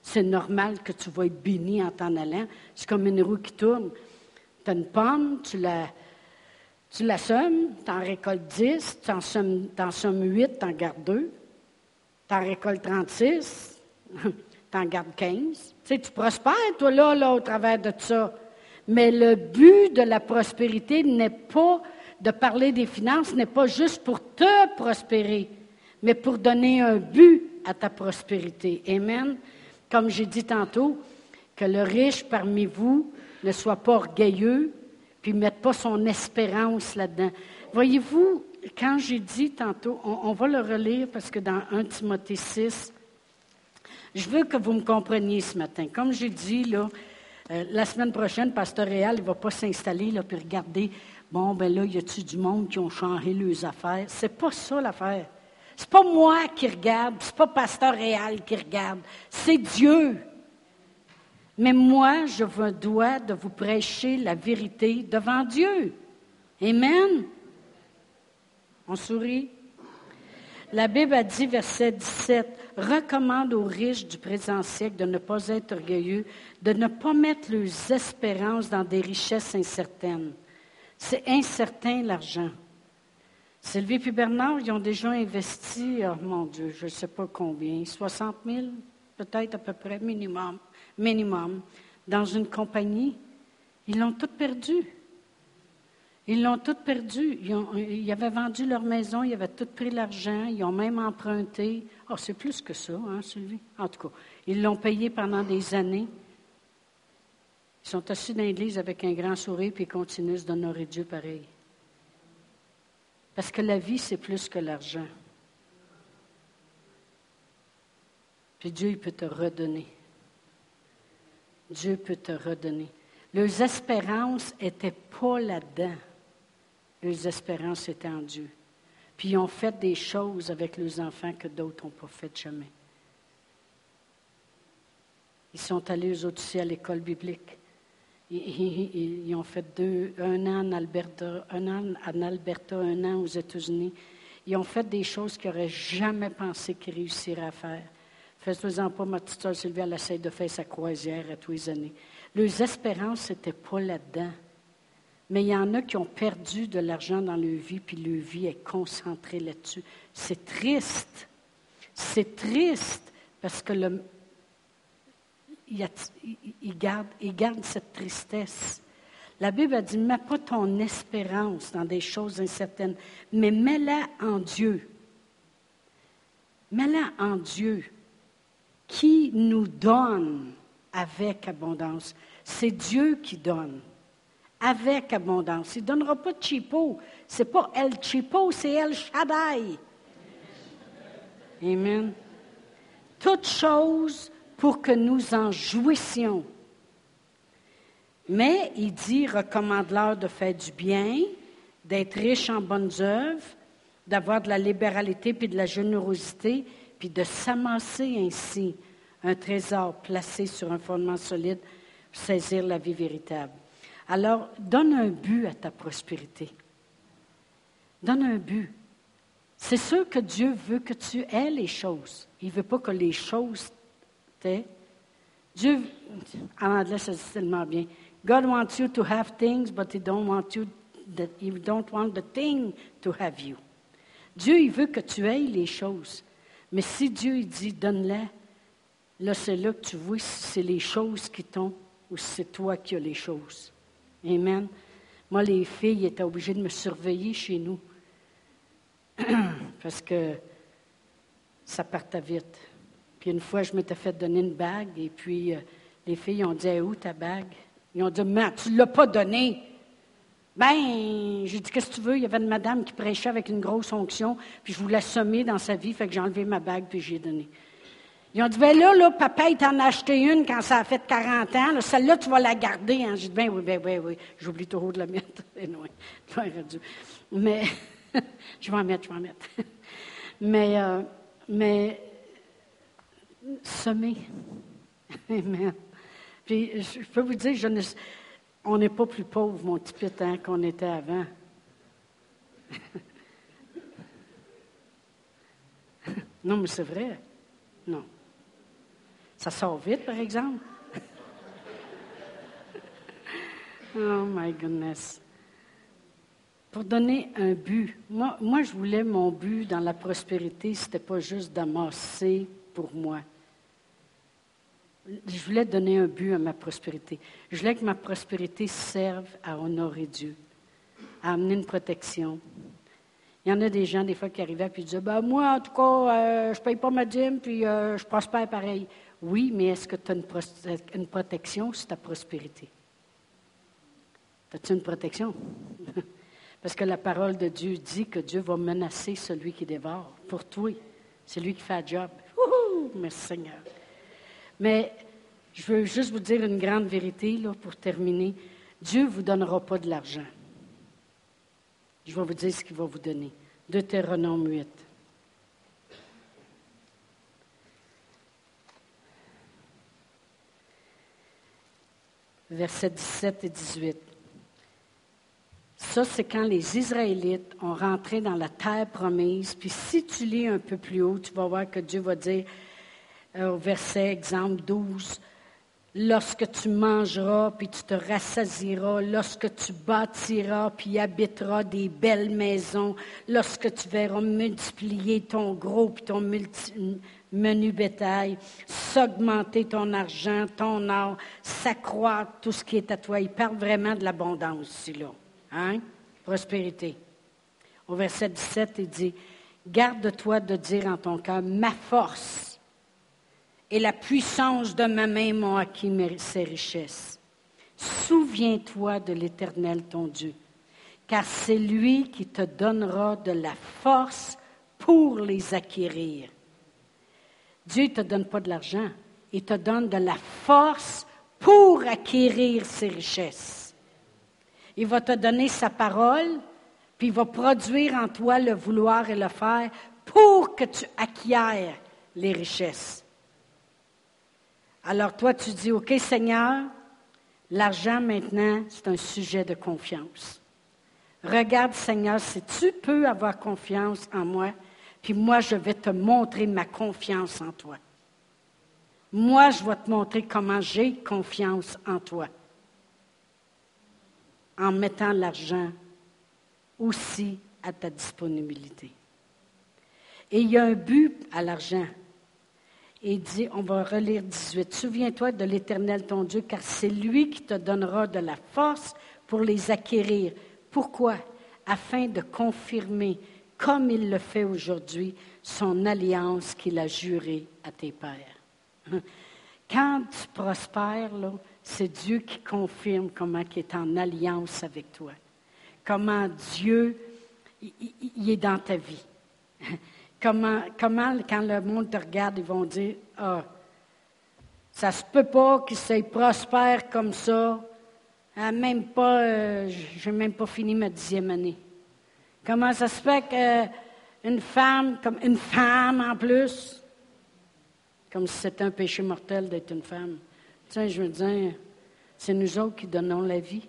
C'est normal que tu vas être béni en t'en allant. C'est comme une roue qui tourne. Tu as une pomme, tu la semes, tu en récoltes 10, tu en semes 8, tu en gardes 2. Tu en récoltes 36, tu en gardes 15. Tu sais, tu prospères, toi, là, au travers de ça. Mais le but de la prospérité n'est pas de parler des finances, n'est pas juste pour te prospérer, mais pour donner un but à ta prospérité. Amen. Comme j'ai dit tantôt, que le riche parmi vous ne soit pas orgueilleux, puis ne mette pas son espérance là-dedans. Voyez-vous, quand j'ai dit tantôt, on va le relire parce que dans 1 Timothée 6, je veux que vous me compreniez ce matin. Comme j'ai dit, là, la semaine prochaine, Pasteur Réal, il ne va pas s'installer là, puis regarder, bon, ben là, y a-t-il du monde qui ont changé leurs affaires? C'est pas ça l'affaire. C'est pas moi qui regarde, c'est pas Pasteur Réal qui regarde, c'est Dieu. Mais moi, je me dois de vous prêcher la vérité devant Dieu. Amen. On sourit. La Bible a dit, verset 17, « Recommande aux riches du présent siècle de ne pas être orgueilleux, de ne pas mettre leurs espérances dans des richesses incertaines. » C'est incertain, l'argent. Sylvie et Bernard, ils ont déjà investi, oh mon Dieu, je ne sais pas combien, 60 000, peut-être à peu près, minimum, dans une compagnie. Ils l'ont tout perdu. Ils l'ont tout perdu. Ils avaient vendu leur maison, ils avaient tout pris l'argent, ils ont même emprunté. Oh, c'est plus que ça, hein, Sylvie? En tout cas, ils l'ont payé pendant des années. Ils sont assis dans l'église avec un grand sourire, puis ils continuent d'honorer Dieu pareil. Parce que la vie, c'est plus que l'argent. Puis Dieu, il peut te redonner. Dieu peut te redonner. Leurs espérances n'étaient pas là-dedans. Leurs espérances étaient en Dieu. Puis ils ont fait des choses avec leurs enfants que d'autres n'ont pas fait jamais. Ils sont allés eux autres aussi à l'école biblique. Ils ont fait un an en Alberta, un an aux États-Unis. Ils ont fait des choses qu'ils n'auraient jamais pensé qu'ils réussiraient à faire. Faites-en pas, ma petite soeur Sylvie, elle essaie de faire sa croisière à tous les années. Leurs espérances n'étaient pas là-dedans. Mais il y en a qui ont perdu de l'argent dans leur vie, puis leur vie est concentrée là-dessus. C'est triste. C'est triste parce que il garde cette tristesse. La Bible a dit, mets pas ton espérance dans des choses incertaines, mais mets-la en Dieu. Mets-la en Dieu, qui nous donne avec abondance. C'est Dieu qui donne, avec abondance. Il ne donnera pas de cheapo. Ce n'est pas El Cheapo, c'est El Shaddai. Amen. Toutes choses pour que nous en jouissions. Mais il dit, recommande-leur de faire du bien, d'être riche en bonnes œuvres, d'avoir de la libéralité puis de la générosité, puis de s'amasser ainsi un trésor placé sur un fondement solide pour saisir la vie véritable. Alors, donne un but à ta prospérité. Donne un but. C'est sûr que Dieu veut que tu aies les choses. Il ne veut pas que les choses t'aient. Dieu, en anglais, ça dit tellement bien. God wants you to have things, but he don't want the thing to have you. Dieu, il veut que tu aies les choses. Mais si Dieu, il dit, donne-les, là, c'est là que tu vois si c'est les choses qui t'ont ou si c'est toi qui as les choses. Amen. Moi, les filles étaient obligées de me surveiller chez nous. Parce que ça partait vite. Puis une fois, je m'étais fait donner une bague et puis les filles ont dit, hey, où ta bague? Ils ont dit, mais tu ne l'as pas donnée. Ben, j'ai dit, qu'est-ce que tu veux? Il y avait une madame qui prêchait avec une grosse onction, puis je voulais semer dans sa vie, fait que j'ai enlevé ma bague puis j'ai donné. Ils ont dit, ben là, papa, il t'en a acheté une quand ça a fait 40 ans. Là, celle-là, tu vas la garder. Hein. J'ai dit, oui. J'oublie toujours de la mettre. Mais, je vais en mettre. Mais, semer. Amen. Puis, je peux vous dire, on n'est pas plus pauvre, mon petit pit, hein, qu'on était avant. Non, mais c'est vrai. Non. Ça sort vite, par exemple. Oh my goodness. Pour donner un but. Moi, je voulais mon but dans la prospérité, c'était pas juste d'amasser pour moi. Je voulais donner un but à ma prospérité. Je voulais que ma prospérité serve à honorer Dieu, à amener une protection. Il y en a des gens, des fois, qui arrivaient et disaient, moi, en tout cas, je ne paye pas ma dîme, puis je prospère pareil. Oui, mais est-ce que tu as une protection sur ta prospérité? As-tu une protection? Parce que la parole de Dieu dit que Dieu va menacer celui qui dévore. Pour toi, c'est lui qui fait le job. Wouhou! Merci Seigneur. Mais je veux juste vous dire une grande vérité là, pour terminer. Dieu ne vous donnera pas de l'argent. Je vais vous dire ce qu'il va vous donner. Deutéronome 8. Versets 17 et 18. Ça, c'est quand les Israélites ont rentré dans la terre promise. Puis si tu lis un peu plus haut, tu vas voir que Dieu va dire, au verset, exemple 12, « Lorsque tu mangeras, puis tu te rassasieras, lorsque tu bâtiras, puis habiteras des belles maisons, lorsque tu verras multiplier ton gros, puis ton menu bétail, s'augmenter ton argent, ton or, s'accroître tout ce qui est à toi. » Il parle vraiment de l'abondance ici, là. Hein? Prospérité. Au verset 17, il dit, « Garde-toi de dire en ton cœur, ma force et la puissance de ma main m'ont acquis ces richesses. Souviens-toi de l'Éternel ton Dieu, car c'est lui qui te donnera de la force pour les acquérir. » Dieu ne te donne pas de l'argent, il te donne de la force pour acquérir ces richesses. Il va te donner sa parole, puis il va produire en toi le vouloir et le faire pour que tu acquières les richesses. Alors toi, tu dis, OK Seigneur, l'argent maintenant, c'est un sujet de confiance. Regarde Seigneur, si tu peux avoir confiance en moi, puis moi, je vais te montrer ma confiance en toi. Moi, je vais te montrer comment j'ai confiance en toi. En mettant l'argent aussi à ta disponibilité. Et il y a un but à l'argent. Et il dit, on va relire 18. « Souviens-toi de l'Éternel ton Dieu, car c'est lui qui te donnera de la force pour les acquérir. » Pourquoi? Afin de confirmer, comme il le fait aujourd'hui, son alliance qu'il a jurée à tes pères. Quand tu prospères, là, c'est Dieu qui confirme comment il est en alliance avec toi. Comment Dieu il est dans ta vie. Comment, quand le monde te regarde, ils vont dire, « Ah, ça se peut pas qu'il soit prospère comme ça. Même pas, j'ai même pas fini ma 10e année. Comment ça se fait qu'une femme, comme une femme en plus, comme si c'était un péché mortel d'être une femme. Tu sais, je veux dire, c'est nous autres qui donnons la vie.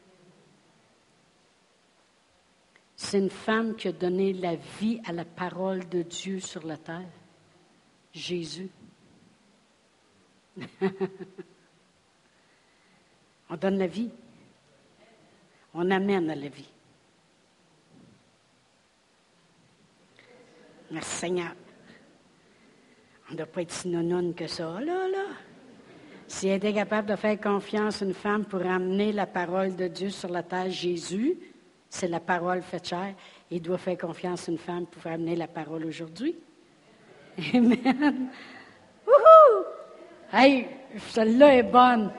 C'est une femme qui a donné la vie à la parole de Dieu sur la terre. Jésus. On donne la vie. On amène à la vie. Merci Seigneur. On ne doit pas être si nononne que ça, là. Si elle était capable de faire confiance à une femme pour amener la parole de Dieu sur la terre, Jésus, c'est la parole faite chair. Il doit faire confiance à une femme pour amener la parole aujourd'hui. Amen. Wouhou! Hey, celle-là est bonne.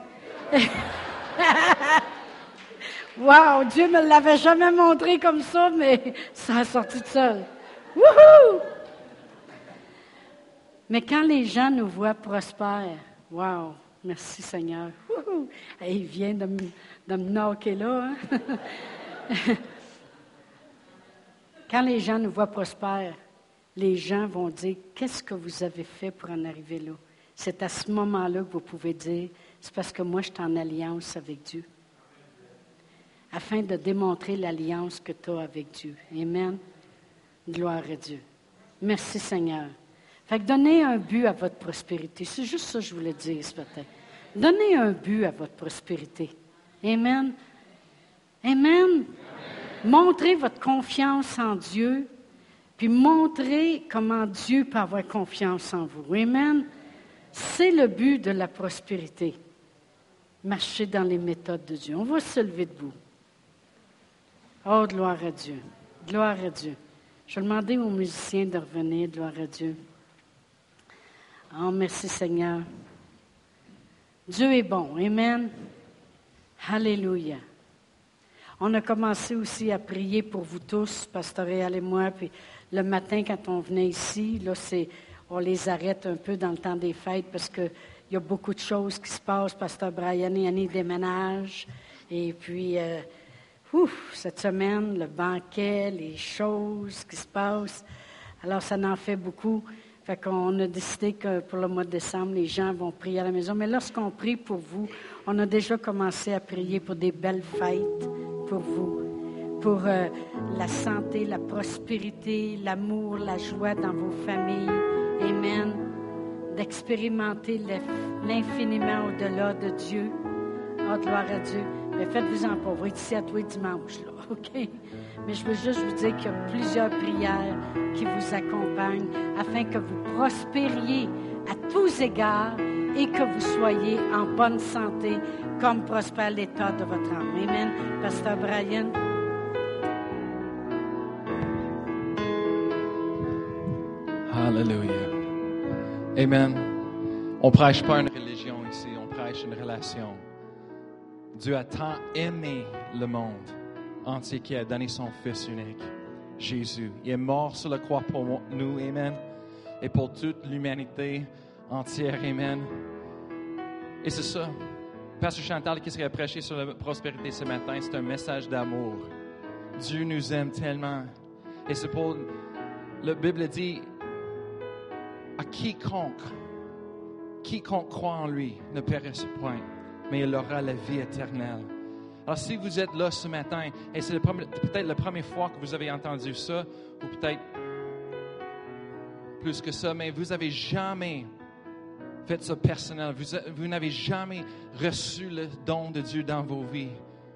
Wow, Dieu ne me l'avait jamais montré comme ça, mais ça a sorti de seul. Wouhou! Mais quand les gens nous voient prospères, wow, merci Seigneur. Wouhou! Hey, il vient de me knocker là. Hein? Quand les gens nous voient prospères, les gens vont dire, qu'est-ce que vous avez fait pour en arriver là? C'est à ce moment-là que vous pouvez dire, c'est parce que moi, je suis en alliance avec Dieu. Afin de démontrer l'alliance que tu as avec Dieu. Amen. Gloire à Dieu. Merci Seigneur. Fait que donnez un but à votre prospérité. C'est juste ça que je voulais dire ce matin. Donnez un but à votre prospérité. Amen. Amen. Montrez votre confiance en Dieu, puis montrez comment Dieu peut avoir confiance en vous. Amen. C'est le but de la prospérité. Marcher dans les méthodes de Dieu. On va se lever debout. Oh, gloire à Dieu. Gloire à Dieu. Je vais demander aux musiciens de revenir. Gloire à Dieu. Oh, merci Seigneur. Dieu est bon. Amen. Alléluia. On a commencé aussi à prier pour vous tous, Pasteur Réal et moi, puis le matin quand on venait ici, là, on les arrête un peu dans le temps des fêtes parce qu'il y a beaucoup de choses qui se passent. Pasteur Brian et Annie déménagent. Et puis, cette semaine, le banquet, les choses qui se passent. Alors, ça en fait beaucoup. Fait qu'on a décidé que pour le mois de décembre, les gens vont prier à la maison. Mais lorsqu'on prie pour vous, on a déjà commencé à prier pour des belles fêtes pour vous, pour la santé, la prospérité, l'amour, la joie dans vos familles. Amen. D'expérimenter l'infiniment au-delà de Dieu. Oh, gloire à Dieu. Mais faites-vous-en pas. On va être ici à tous les dimanches, là, OK? Mais je veux juste vous dire qu'il y a plusieurs prières qui vous accompagnent afin que vous prospériez à tous égards et que vous soyez en bonne santé comme prospère l'état de votre âme. Amen. Pasteur Brian. Alléluia. Amen. On ne prêche pas une religion ici, on prêche une relation. Dieu a tant aimé le monde entier qu'il a donné son Fils unique, Jésus. Il est mort sur la croix pour nous, amen, et pour toute l'humanité entière, amen. Et c'est ça. Pasteur Chantal, qu'est-ce qu'il a prêché sur la prospérité ce matin? C'est un message d'amour. Dieu nous aime tellement. Et c'est pour... La Bible dit, à quiconque croit en lui ne périsse point, mais il aura la vie éternelle. Alors, si vous êtes là ce matin, et c'est peut-être la première fois que vous avez entendu ça, ou peut-être plus que ça, mais vous n'avez jamais fait ça personnel, vous n'avez jamais reçu le don de Dieu dans vos vies.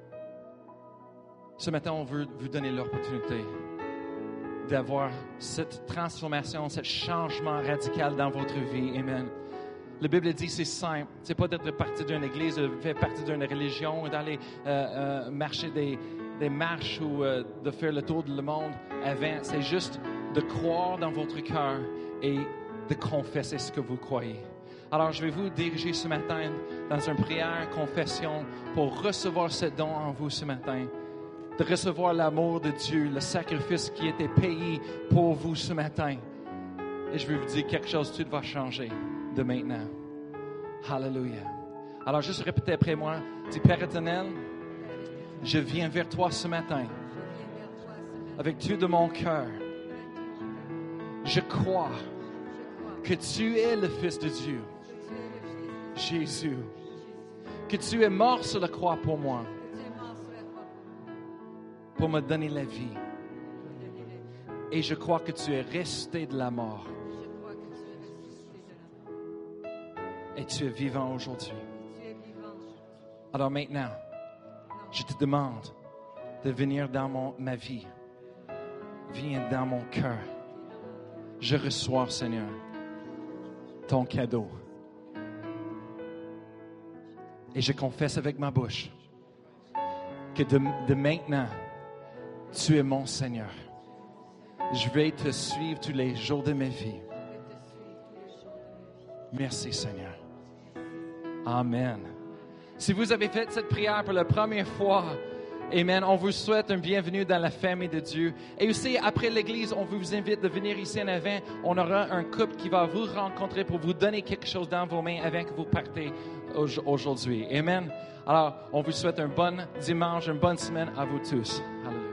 Ce matin, on veut vous donner l'opportunité d'avoir cette transformation, ce changement radical dans votre vie. Amen. La Bible dit c'est simple. C'est pas d'être partie d'une église, de faire partie d'une religion, d'aller marcher des marches ou de faire le tour du monde avant. C'est juste de croire dans votre cœur et de confesser ce que vous croyez. Alors, je vais vous diriger ce matin dans une prière, confession, pour recevoir ce don en vous ce matin. De recevoir l'amour de Dieu, le sacrifice qui a été payé pour vous ce matin. Et je vais vous dire quelque chose, tout va changer de maintenant. Alléluia. Alors, juste répétez après moi. Dis, Père éternel, je viens vers toi ce matin avec tout de mon cœur. Je crois que tu es le Fils de Dieu, Jésus, que tu es mort sur la croix pour moi, pour me donner la vie. Et je crois que tu es resté de la mort. Et tu es vivant aujourd'hui. Alors maintenant, je te demande de venir dans ma vie. Viens dans mon cœur. Je reçois, Seigneur, ton cadeau. Et je confesse avec ma bouche que de maintenant, tu es mon Seigneur. Je vais te suivre tous les jours de ma vie. Merci, Seigneur. Amen. Si vous avez fait cette prière pour la première fois, amen, on vous souhaite un bienvenue dans la famille de Dieu. Et aussi, après l'église, on vous invite de venir ici en avant. On aura un couple qui va vous rencontrer pour vous donner quelque chose dans vos mains avant que vous partez aujourd'hui. Amen. Alors, on vous souhaite un bon dimanche, une bonne semaine à vous tous. Alléluia.